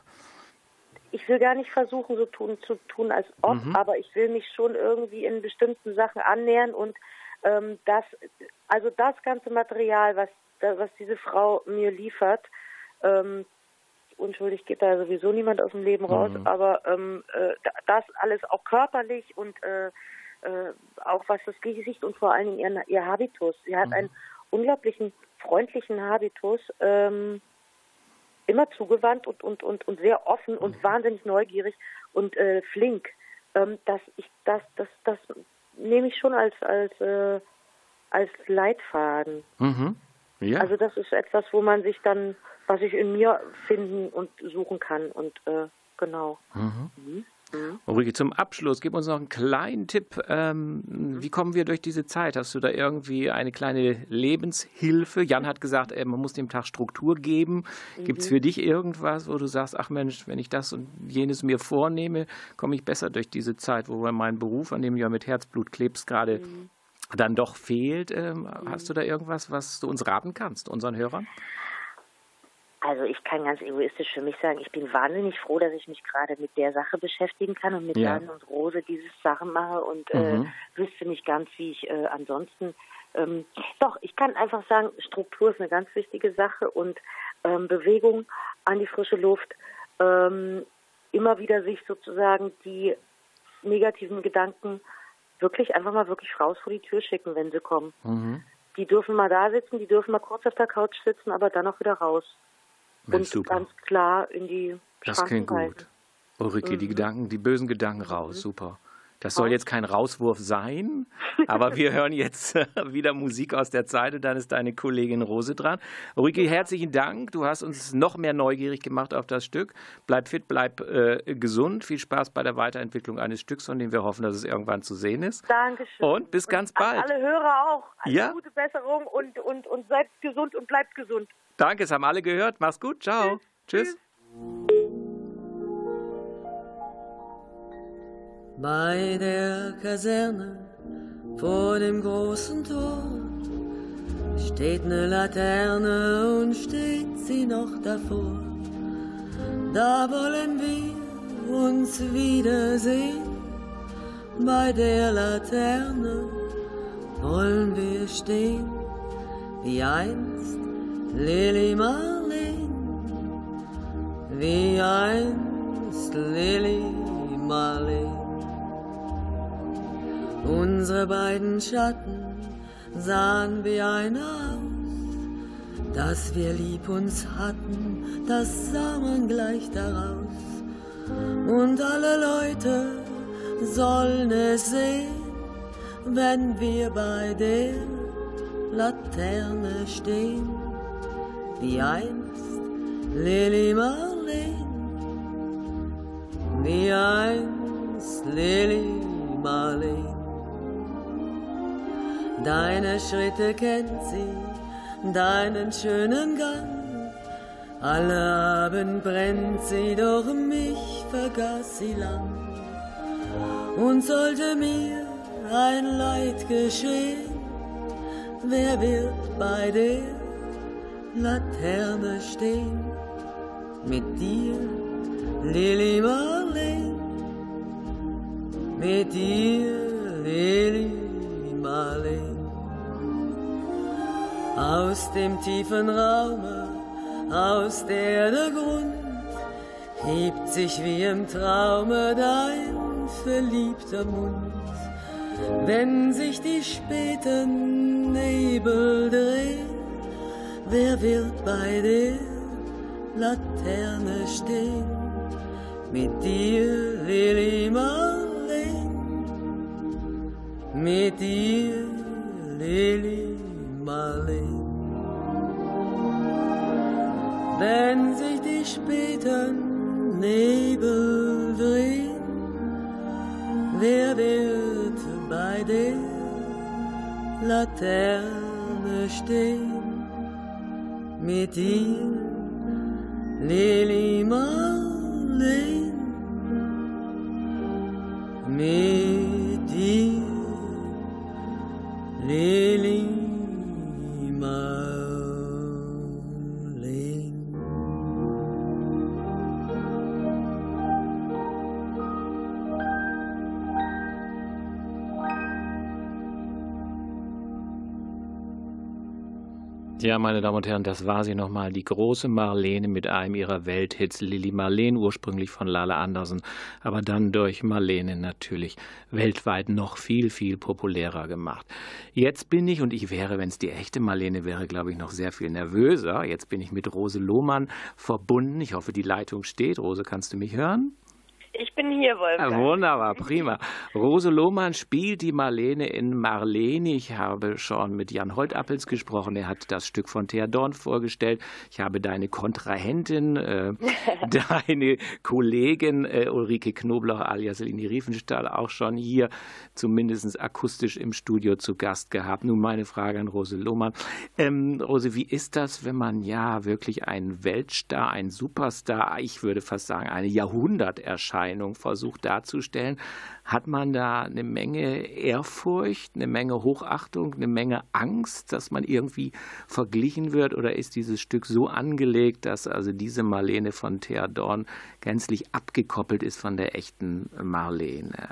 Ich will gar nicht versuchen, so tun, zu tun, als ob, mhm. aber ich will mich schon irgendwie in bestimmten Sachen annähern und ähm, das, also das ganze Material, was, was diese Frau mir liefert, ähm, unschuldig geht da sowieso niemand aus dem Leben raus, mhm. aber ähm, äh, das alles auch körperlich und äh, äh, auch was das Gesicht und vor allen Dingen ihr, ihr Habitus. Sie hat mhm. einen unglaublichen freundlichen Habitus, ähm, immer zugewandt und, und, und, und sehr offen und mhm. wahnsinnig neugierig und äh, flink. Ähm, das, ich, das, das, das nehme ich schon als, als, äh, als Leitfaden. Mhm. Ja. Also das ist etwas, wo man sich dann, was ich in mir finden und suchen kann und äh, genau. Mhm. Mhm. Mhm. Ulrike, zum Abschluss, gib uns noch einen kleinen Tipp. Ähm, mhm. Wie kommen wir durch diese Zeit? Hast du da irgendwie eine kleine Lebenshilfe? Jan hat gesagt, äh, man muss dem Tag Struktur geben. Mhm. Gibt es für dich irgendwas, wo du sagst, ach Mensch, wenn ich das und jenes mir vornehme, komme ich besser durch diese Zeit, wo mir mein Beruf, an dem du ja mit Herzblut klebst, gerade mhm. dann doch fehlt? Ähm, mhm. Hast du da irgendwas, was du uns raten kannst, unseren Hörern? Also ich kann ganz egoistisch für mich sagen, ich bin wahnsinnig froh, dass ich mich gerade mit der Sache beschäftigen kann und mit ja. Jan und Rose diese Sachen mache und mhm. äh, wüsste nicht ganz, wie ich äh, ansonsten... Ähm, doch, ich kann einfach sagen, Struktur ist eine ganz wichtige Sache und ähm, Bewegung an die frische Luft, ähm, immer wieder sich sozusagen die negativen Gedanken wirklich einfach mal wirklich raus vor die Tür schicken, wenn sie kommen. Mhm. Die dürfen mal da sitzen, die dürfen mal kurz auf der Couch sitzen, aber dann auch wieder raus. Und super. Ganz klar in die Das klingt gut. Ulrike, mhm. die Gedanken, die bösen Gedanken raus, mhm. super. Das soll jetzt kein Rauswurf sein, aber wir hören jetzt wieder Musik aus der Zeit und dann ist deine Kollegin Rose dran. Ulrike, herzlichen Dank. Du hast uns noch mehr neugierig gemacht auf das Stück. Bleib fit, bleib äh, gesund. Viel Spaß bei der Weiterentwicklung eines Stücks, von dem wir hoffen, dass es irgendwann zu sehen ist. Dankeschön. Und bis ganz und bald. Alle Hörer auch. Eine ja? gute Besserung und, und, und seid gesund und bleibt gesund. Danke, es haben alle gehört. Mach's gut. Ciao. Tschüss. Tschüss. Bei der Kaserne vor dem großen Tor steht eine Laterne und steht sie noch davor. Da wollen wir uns wiedersehen. Bei der Laterne wollen wir stehen, wie einst Lili Marleen, wie einst Lili Marleen. Unsere beiden Schatten sahen wie einer aus, dass wir lieb uns hatten, das sah man gleich daraus. Und alle Leute sollen es sehen, wenn wir bei der Laterne stehen, wie einst Lili Marleen, wie einst Lili Marleen. Deine Schritte kennt sie, deinen schönen Gang. Alle Abend brennt sie, doch mich vergaß sie lang. Und sollte mir ein Leid geschehen, wer wird bei der Laterne stehen? Mit dir, Lili Marleen, mit dir, Lili Marleen. Aus dem tiefen Raume, aus der Erde Grund, hebt sich wie im Traume dein verliebter Mund. Wenn sich die späten Nebel drehen, wer wird bei der Laterne stehen? Mit dir, Lili Marleen, mit dir, Lili Marleen. Wenn sich die späten Nebel drehen, wer wird bei der Laterne stehen? Mit dir, Lili Marleen, mit dir, Lili Marleen. Ja, meine Damen und Herren, das war sie nochmal, die große Marlene mit einem ihrer Welthits, Lili Marleen, ursprünglich von Lale Andersen, aber dann durch Marlene natürlich weltweit noch viel, viel populärer gemacht. Jetzt bin ich, und ich wäre, wenn es die echte Marlene wäre, glaube ich, noch sehr viel nervöser. Jetzt bin ich mit Rose Lohmann verbunden. Ich hoffe, die Leitung steht. Rose, kannst du mich hören? Ich bin hier, Wolfgang. Ja, wunderbar, prima. Rose Lohmann spielt die Marlene in Marlene. Ich habe schon mit Jan Holtappels gesprochen. Er hat das Stück von Thea Dorn vorgestellt. Ich habe deine Kontrahentin, äh, deine Kollegin äh, Ulrike Knobloch alias Lini Riefenstahl auch schon hier zumindest akustisch im Studio zu Gast gehabt. Nun meine Frage an Rose Lohmann. Ähm, Rose, wie ist das, wenn man ja wirklich einen Weltstar, einen Superstar, ich würde fast sagen eine Jahrhunderterscheinung versucht darzustellen? Hat man da eine Menge Ehrfurcht, eine Menge Hochachtung, eine Menge Angst, dass man irgendwie verglichen wird? Oder ist dieses Stück so angelegt, dass also diese Marlene von Thea Dorn gänzlich abgekoppelt ist von der echten Marlene?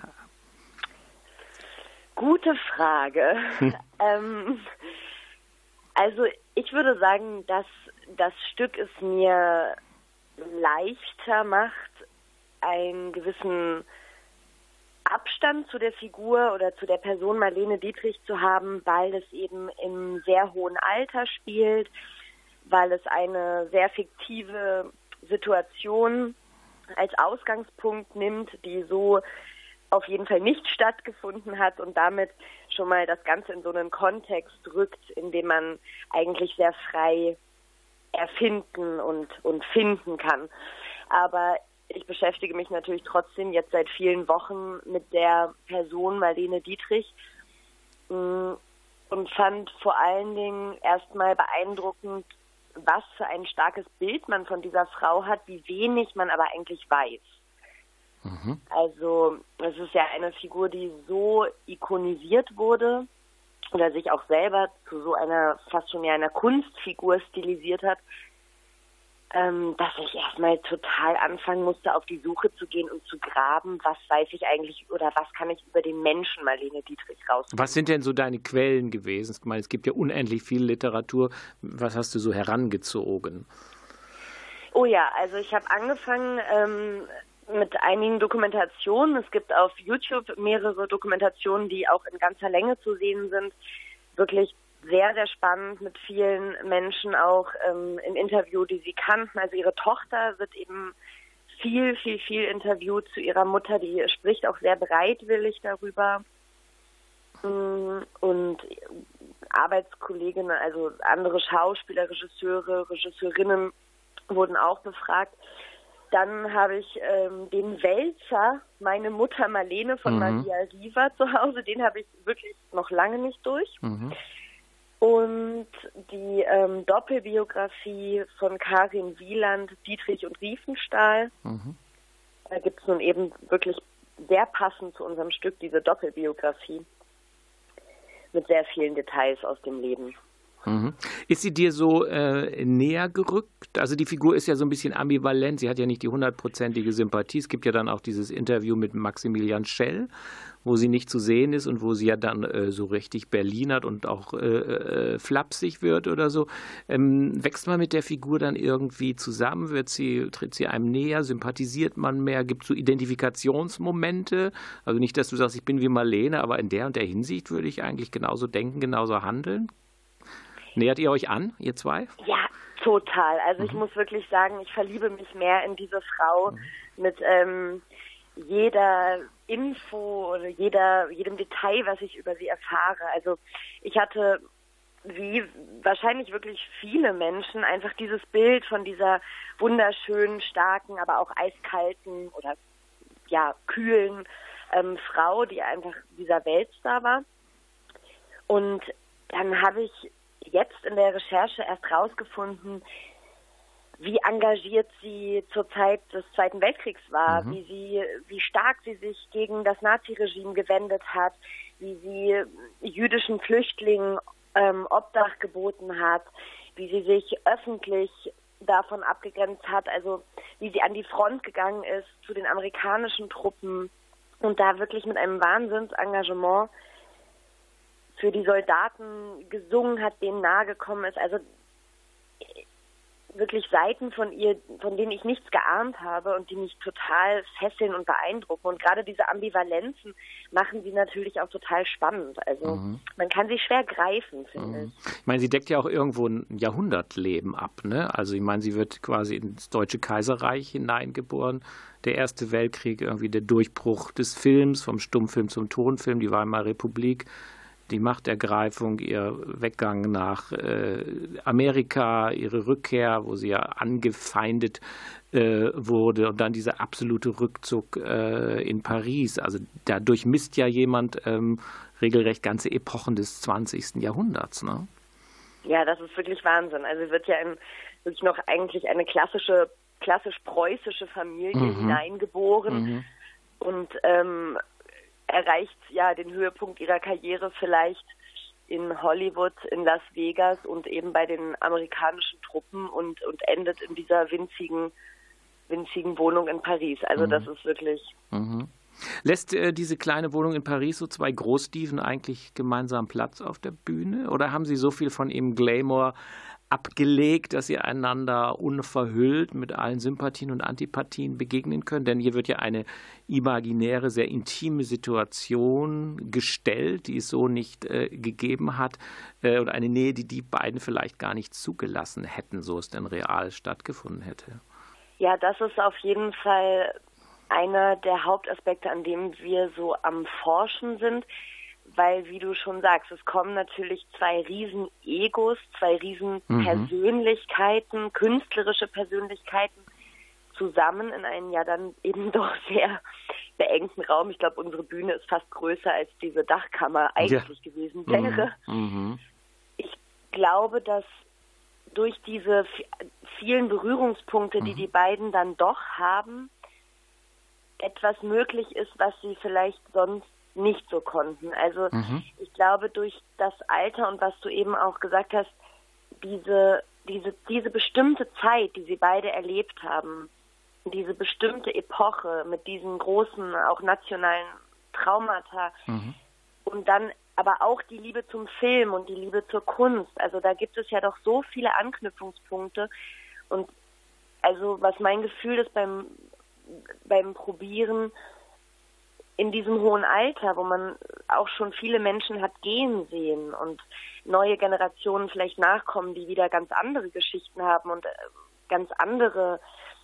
Gute Frage. ähm, also ich würde sagen, dass das Stück es mir leichter macht, einen gewissen Abstand zu der Figur oder zu der Person Marlene Dietrich zu haben, weil es eben im sehr hohen Alter spielt, weil es eine sehr fiktive Situation als Ausgangspunkt nimmt, die so auf jeden Fall nicht stattgefunden hat und damit schon mal das Ganze in so einen Kontext rückt, in dem man eigentlich sehr frei erfinden und, und finden kann. Aber ich beschäftige mich natürlich trotzdem jetzt seit vielen Wochen mit der Person Marlene Dietrich und fand vor allen Dingen erstmal beeindruckend, was für ein starkes Bild man von dieser Frau hat, wie wenig man aber eigentlich weiß. Mhm. Also es ist ja eine Figur, die so ikonisiert wurde oder sich auch selber zu so einer fast schon ja einer Kunstfigur stilisiert hat, ähm, dass ich erstmal total anfangen musste, auf die Suche zu gehen und zu graben, was weiß ich eigentlich oder was kann ich über den Menschen Marlene Dietrich rausfinden. Was sind denn so deine Quellen gewesen? Ich meine, es gibt ja unendlich viel Literatur. Was hast du so herangezogen? Oh ja, also ich habe angefangen ähm, mit einigen Dokumentationen. Es gibt auf YouTube mehrere Dokumentationen, die auch in ganzer Länge zu sehen sind. Wirklich sehr, sehr spannend mit vielen Menschen auch ähm, im Interview, die sie kannten. Also ihre Tochter wird eben viel, viel, viel interviewt zu ihrer Mutter. Die spricht auch sehr bereitwillig darüber. Und Arbeitskolleginnen, also andere Schauspieler, Regisseure, Regisseurinnen wurden auch befragt. Dann habe ich ähm, den Wälzer, meine Mutter Marlene von mhm. Maria Riva zu Hause, den habe ich wirklich noch lange nicht durch. Mhm. Und die ähm, Doppelbiografie von Karin Wieland, Dietrich und Riefenstahl. Mhm. Da gibt es nun eben wirklich sehr passend zu unserem Stück diese Doppelbiografie mit sehr vielen Details aus dem Leben. Mhm. Ist sie dir so äh, näher gerückt? Also die Figur ist ja so ein bisschen ambivalent. Sie hat ja nicht die hundertprozentige Sympathie. Es gibt ja dann auch dieses Interview mit Maximilian Schell, wo sie nicht zu sehen ist und wo sie ja dann äh, so richtig berlinert und auch äh, äh, flapsig wird oder so. Ähm, wächst man mit der Figur dann irgendwie zusammen? Wird sie, tritt sie einem näher? Sympathisiert man mehr? Gibt es so Identifikationsmomente? Also nicht, dass du sagst, ich bin wie Marlene, aber in der und der Hinsicht würde ich eigentlich genauso denken, genauso handeln. Nähert ihr euch an, ihr zwei? Ja, total. Also mhm. ich muss wirklich sagen, ich verliebe mich mehr in diese Frau mhm. mit ähm, jeder Info oder jeder, jedem Detail, was ich über sie erfahre. Also ich hatte, wie wahrscheinlich wirklich viele Menschen, einfach dieses Bild von dieser wunderschönen, starken, aber auch eiskalten oder ja kühlen ähm, Frau, die einfach dieser Weltstar war. Und dann habe ich jetzt in der Recherche erst rausgefunden, wie engagiert sie zur Zeit des Zweiten Weltkriegs war, mhm. wie sie, wie stark sie sich gegen das Naziregime gewendet hat, wie sie jüdischen Flüchtlingen ähm, Obdach geboten hat, wie sie sich öffentlich davon abgegrenzt hat, also wie sie an die Front gegangen ist zu den amerikanischen Truppen und da wirklich mit einem Wahnsinnsengagement für die Soldaten gesungen hat, denen nahegekommen ist. Also wirklich Seiten von ihr, von denen ich nichts geahnt habe und die mich total fesseln und beeindrucken. Und gerade diese Ambivalenzen machen sie natürlich auch total spannend. Also mhm. man kann sie schwer greifen, finde mhm. ich. Ich meine, sie deckt ja auch irgendwo ein Jahrhundertleben ab, ne? Also ich meine, sie wird quasi ins Deutsche Kaiserreich hineingeboren. Der Erste Weltkrieg, irgendwie der Durchbruch des Films, vom Stummfilm zum Tonfilm, die Weimarer Republik. Die Machtergreifung, ihr Weggang nach äh, Amerika, ihre Rückkehr, wo sie ja angefeindet äh, wurde und dann dieser absolute Rückzug äh, in Paris. Also da durchmisst ja jemand ähm, regelrecht ganze Epochen des zwanzigsten Jahrhunderts, ne? Ja, das ist wirklich Wahnsinn. Also wird ja in wirklich noch eigentlich eine klassische, klassisch preußische Familie mhm. hineingeboren mhm. und ähm, erreicht ja den Höhepunkt ihrer Karriere vielleicht in Hollywood, in Las Vegas und eben bei den amerikanischen Truppen und, und endet in dieser winzigen, winzigen Wohnung in Paris. Also mhm. das ist wirklich... Mhm. Lässt äh, diese kleine Wohnung in Paris so zwei Großdieven eigentlich gemeinsam Platz auf der Bühne? Oder haben sie so viel von ihrem Glamour abgelegt, dass sie einander unverhüllt mit allen Sympathien und Antipathien begegnen können? Denn hier wird ja eine imaginäre, sehr intime Situation gestellt, die es so nicht äh, gegeben hat, äh, oder eine Nähe, die die beiden vielleicht gar nicht zugelassen hätten, so es denn real stattgefunden hätte. Ja, das ist auf jeden Fall einer der Hauptaspekte, an dem wir so am Forschen sind, weil, wie du schon sagst, es kommen natürlich zwei riesen Egos, zwei riesen mhm. Persönlichkeiten, künstlerische Persönlichkeiten zusammen in einen ja dann eben doch sehr beengten Raum. Ich glaube, unsere Bühne ist fast größer, als diese Dachkammer eigentlich ja. gewesen wäre. Mhm. Ich glaube, dass durch diese vielen Berührungspunkte, die mhm. die beiden dann doch haben, etwas möglich ist, was sie vielleicht sonst nicht so konnten. Also mhm. ich glaube, durch das Alter und was du eben auch gesagt hast, diese, diese, diese bestimmte Zeit, die sie beide erlebt haben, diese bestimmte Epoche mit diesen großen, auch nationalen Traumata mhm. und dann aber auch die Liebe zum Film und die Liebe zur Kunst. Also da gibt es ja doch so viele Anknüpfungspunkte. Und also was mein Gefühl ist beim, beim Probieren in diesem hohen Alter, wo man auch schon viele Menschen hat gehen sehen und neue Generationen vielleicht nachkommen, die wieder ganz andere Geschichten haben und ganz andere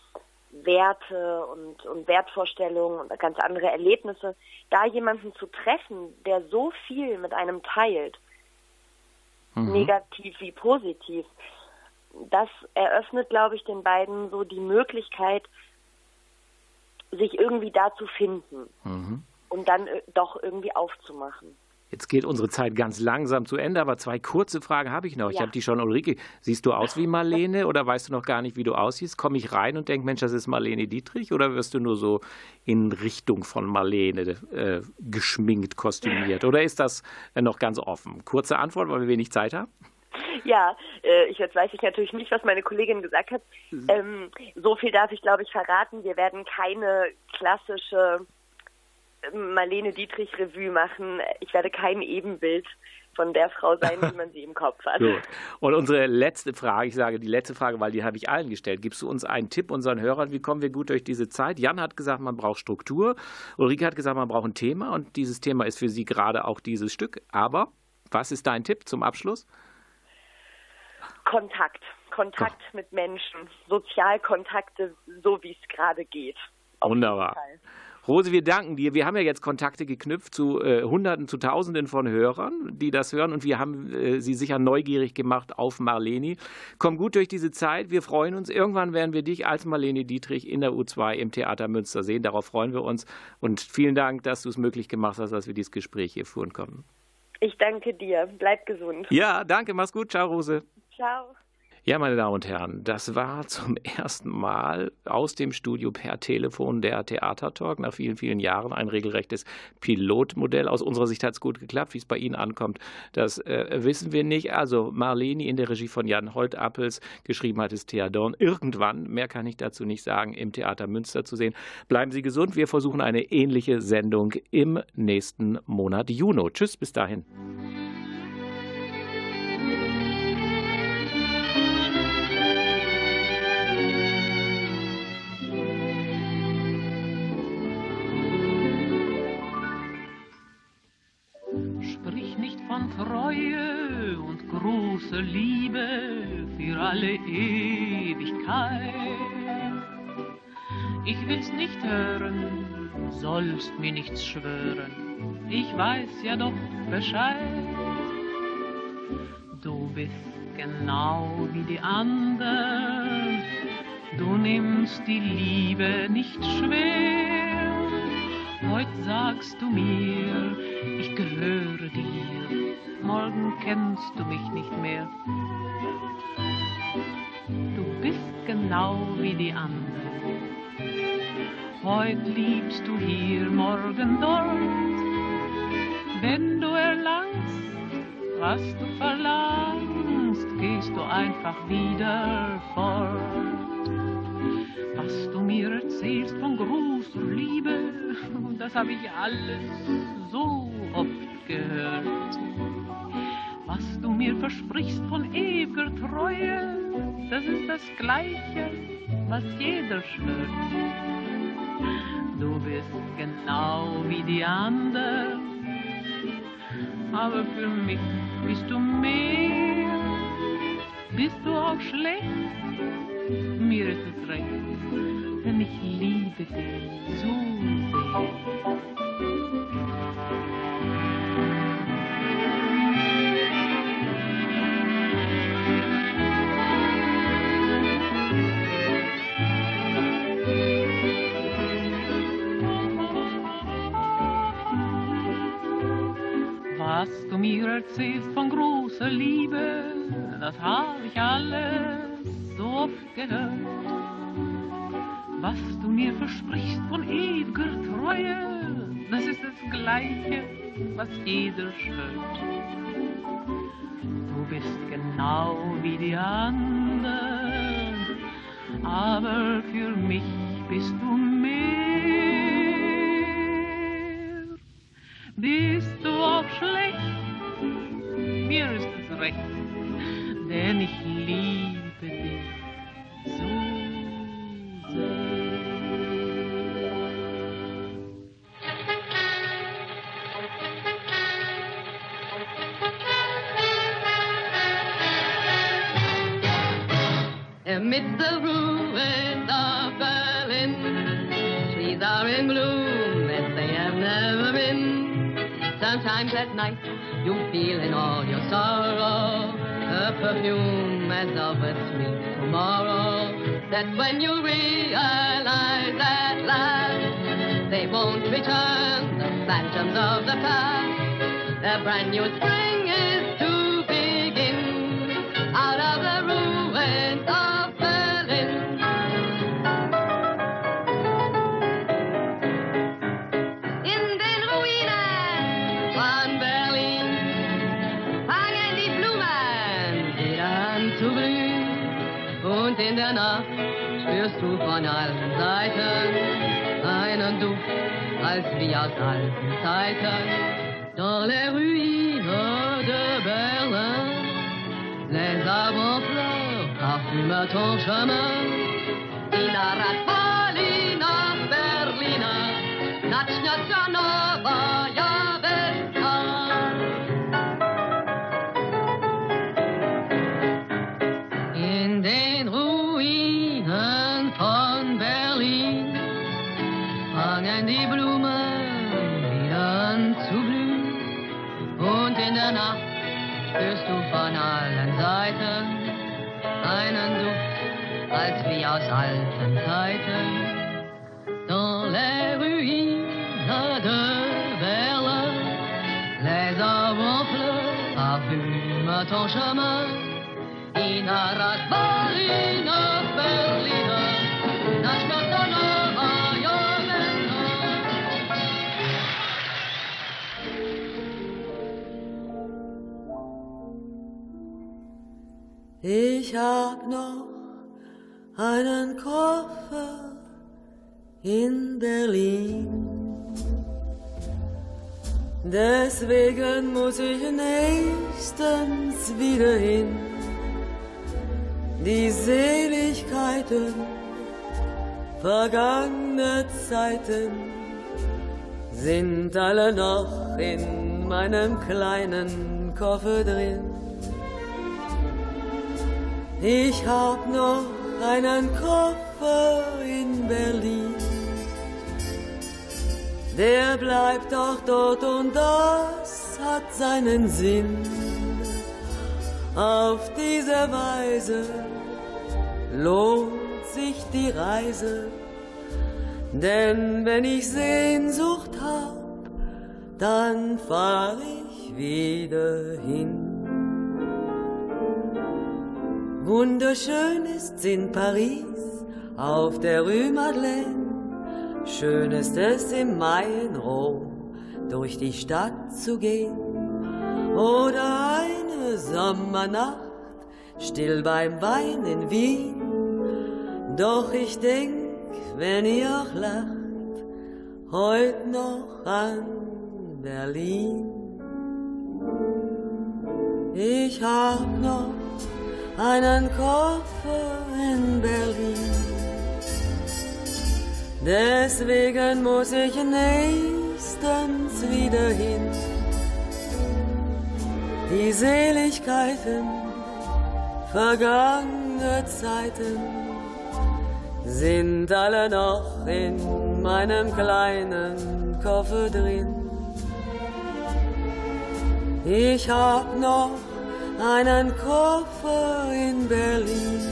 Werte und, und Wertvorstellungen und ganz andere Erlebnisse, da jemanden zu treffen, der so viel mit einem teilt, mhm. negativ wie positiv, das eröffnet, glaube ich, den beiden so die Möglichkeit, sich irgendwie da zu finden mhm. und dann doch irgendwie aufzumachen. Jetzt geht unsere Zeit ganz langsam zu Ende, aber zwei kurze Fragen habe ich noch. Ja. Ich habe die schon, Ulrike. Siehst du aus wie Marlene oder weißt du noch gar nicht, wie du aussiehst? Komme ich rein und denke, Mensch, das ist Marlene Dietrich, oder wirst du nur so in Richtung von Marlene äh, geschminkt, kostümiert? Oder ist das noch ganz offen? Kurze Antwort, weil wir wenig Zeit haben. Ja, äh, ich, jetzt weiß ich natürlich nicht, was meine Kollegin gesagt hat. Ähm, so viel darf ich, glaube ich, verraten. Wir werden keine klassische Marlene Dietrich Revue machen. Ich werde kein Ebenbild von der Frau sein, wie man sie im Kopf hat. Gut. Und unsere letzte Frage, ich sage die letzte Frage, weil die habe ich allen gestellt. Gibst du uns einen Tipp unseren Hörern, wie kommen wir gut durch diese Zeit? Jan hat gesagt, man braucht Struktur. Ulrike hat gesagt, man braucht ein Thema, und dieses Thema ist für sie gerade auch dieses Stück. Aber was ist dein Tipp zum Abschluss? Kontakt. Kontakt oh. mit Menschen. Sozialkontakte, so wie es gerade geht. Wunderbar. Rose, wir danken dir. Wir haben ja jetzt Kontakte geknüpft zu äh, Hunderten, zu Tausenden von Hörern, die das hören. Und wir haben äh, sie sicher neugierig gemacht auf Marlene. Komm gut durch diese Zeit. Wir freuen uns. Irgendwann werden wir dich als Marlene Dietrich in der U zwei im Theater Münster sehen. Darauf freuen wir uns. Und vielen Dank, dass du es möglich gemacht hast, dass wir dieses Gespräch hier führen konnten. Ich danke dir. Bleib gesund. Ja, danke. Mach's gut. Ciao, Rose. Ciao. Ja, meine Damen und Herren, das war zum ersten Mal aus dem Studio per Telefon der Theatertalk. Nach vielen, vielen Jahren ein regelrechtes Pilotmodell. Aus unserer Sicht hat es gut geklappt. Wie es bei Ihnen ankommt, das äh, wissen wir nicht. Also Marlene in der Regie von Jan Holtappels, geschrieben hat es Thea Dorn. Irgendwann, mehr kann ich dazu nicht sagen, im Theater Münster zu sehen. Bleiben Sie gesund. Wir versuchen eine ähnliche Sendung im nächsten Monat Juni. Tschüss, bis dahin. Treue und große Liebe für alle Ewigkeit. Ich will's nicht hören, sollst mir nichts schwören, ich weiß ja doch Bescheid. Du bist genau wie die anderen, du nimmst die Liebe nicht schwer. Heut sagst du mir, ich gehöre dir, morgen kennst du mich nicht mehr. Du bist genau wie die anderen. Heut liebst du hier, morgen dort. Wenn du erlangst, was du verlangst, gehst du einfach wieder fort. Was du mir erzählst von großer Liebe, das hab ich alles so oft gehört. Was du mir versprichst von ewiger Treue, das ist das Gleiche, was jeder schwört. Du bist genau wie die anderen, aber für mich bist du mehr. Bist du auch schlecht, mir ist es recht, denn ich liebe dich so sehr. Was du mir erzählst von großer Liebe, das habe ich alles so oft gehört. Was du mir versprichst von ewiger Treue, das ist das Gleiche, was jeder schwört. Du bist genau wie die anderen, aber für mich bist du mehr. Bist du auch schlecht? Mir ist es recht, denn ich liebe dich so sehr. Amidst the ruins of Berlin, trees are in bloom as they have never been. Sometimes at night you feel in all your sorrow a perfume as of a sweet tomorrow. That when you realize at last they won't return, the phantoms of the past, a brand new spring is to begin out of the ruins of Berlin. In den Ruinen von Berlin fangen die Blumen wieder an zu blühen, und in der Nacht spürst du von allen Seiten einen Duft, als wie aus alten Zeiten. Dans les ruines de Berlin, les arbres en fleurs parfument ton chemin. Ina Radpolina Berlina, Nachnja Novaya Vesta. In den Ruinen von Berlin fangen die Blumen wieder an zu blühen, und in der Nacht spürst du von allen Seiten einen Duft, als wie aus alten Zeiten. Dans les ruines de Berlin, les arbres en fleurs parfument ton chemin. Ina Radpolina Berlina, Nachnja Novaya Vesta. Ich hab noch einen Koffer in Berlin. Deswegen muss ich nächstens wieder hin. Die Seligkeiten vergangener Zeiten sind alle noch in meinem kleinen Koffer drin. Ich hab noch einen Koffer in Berlin. Der bleibt doch dort, und das hat seinen Sinn. Auf diese Weise lohnt sich die Reise, denn wenn ich Sehnsucht hab, dann fahr ich wieder hin. Wunderschön ist's in Paris auf der Rue Madeleine, schön ist es im Mai in Rom durch die Stadt zu gehen, oder eine Sommernacht still beim Wein in Wien. Doch ich denk, wenn ihr auch lacht, heut noch an Berlin. Ich hab noch einen Koffer in Berlin. Deswegen muss ich nächstens wieder hin. Die Seligkeiten vergangener Zeiten sind alle noch in meinem kleinen Koffer drin. Ich hab noch einen Koffer in Berlin,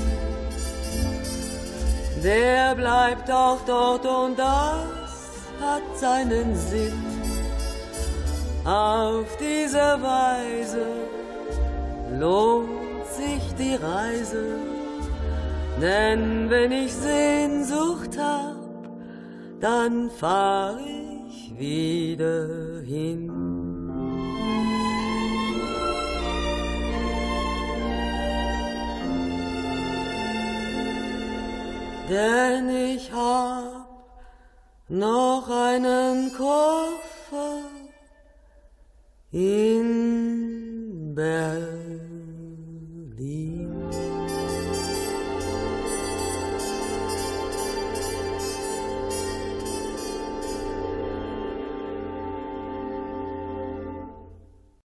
der bleibt auch dort und das hat seinen Sinn. Auf diese Weise lohnt sich die Reise, denn wenn ich Sehnsucht hab, dann fahr ich wieder hin. Denn ich hab noch einen Koffer in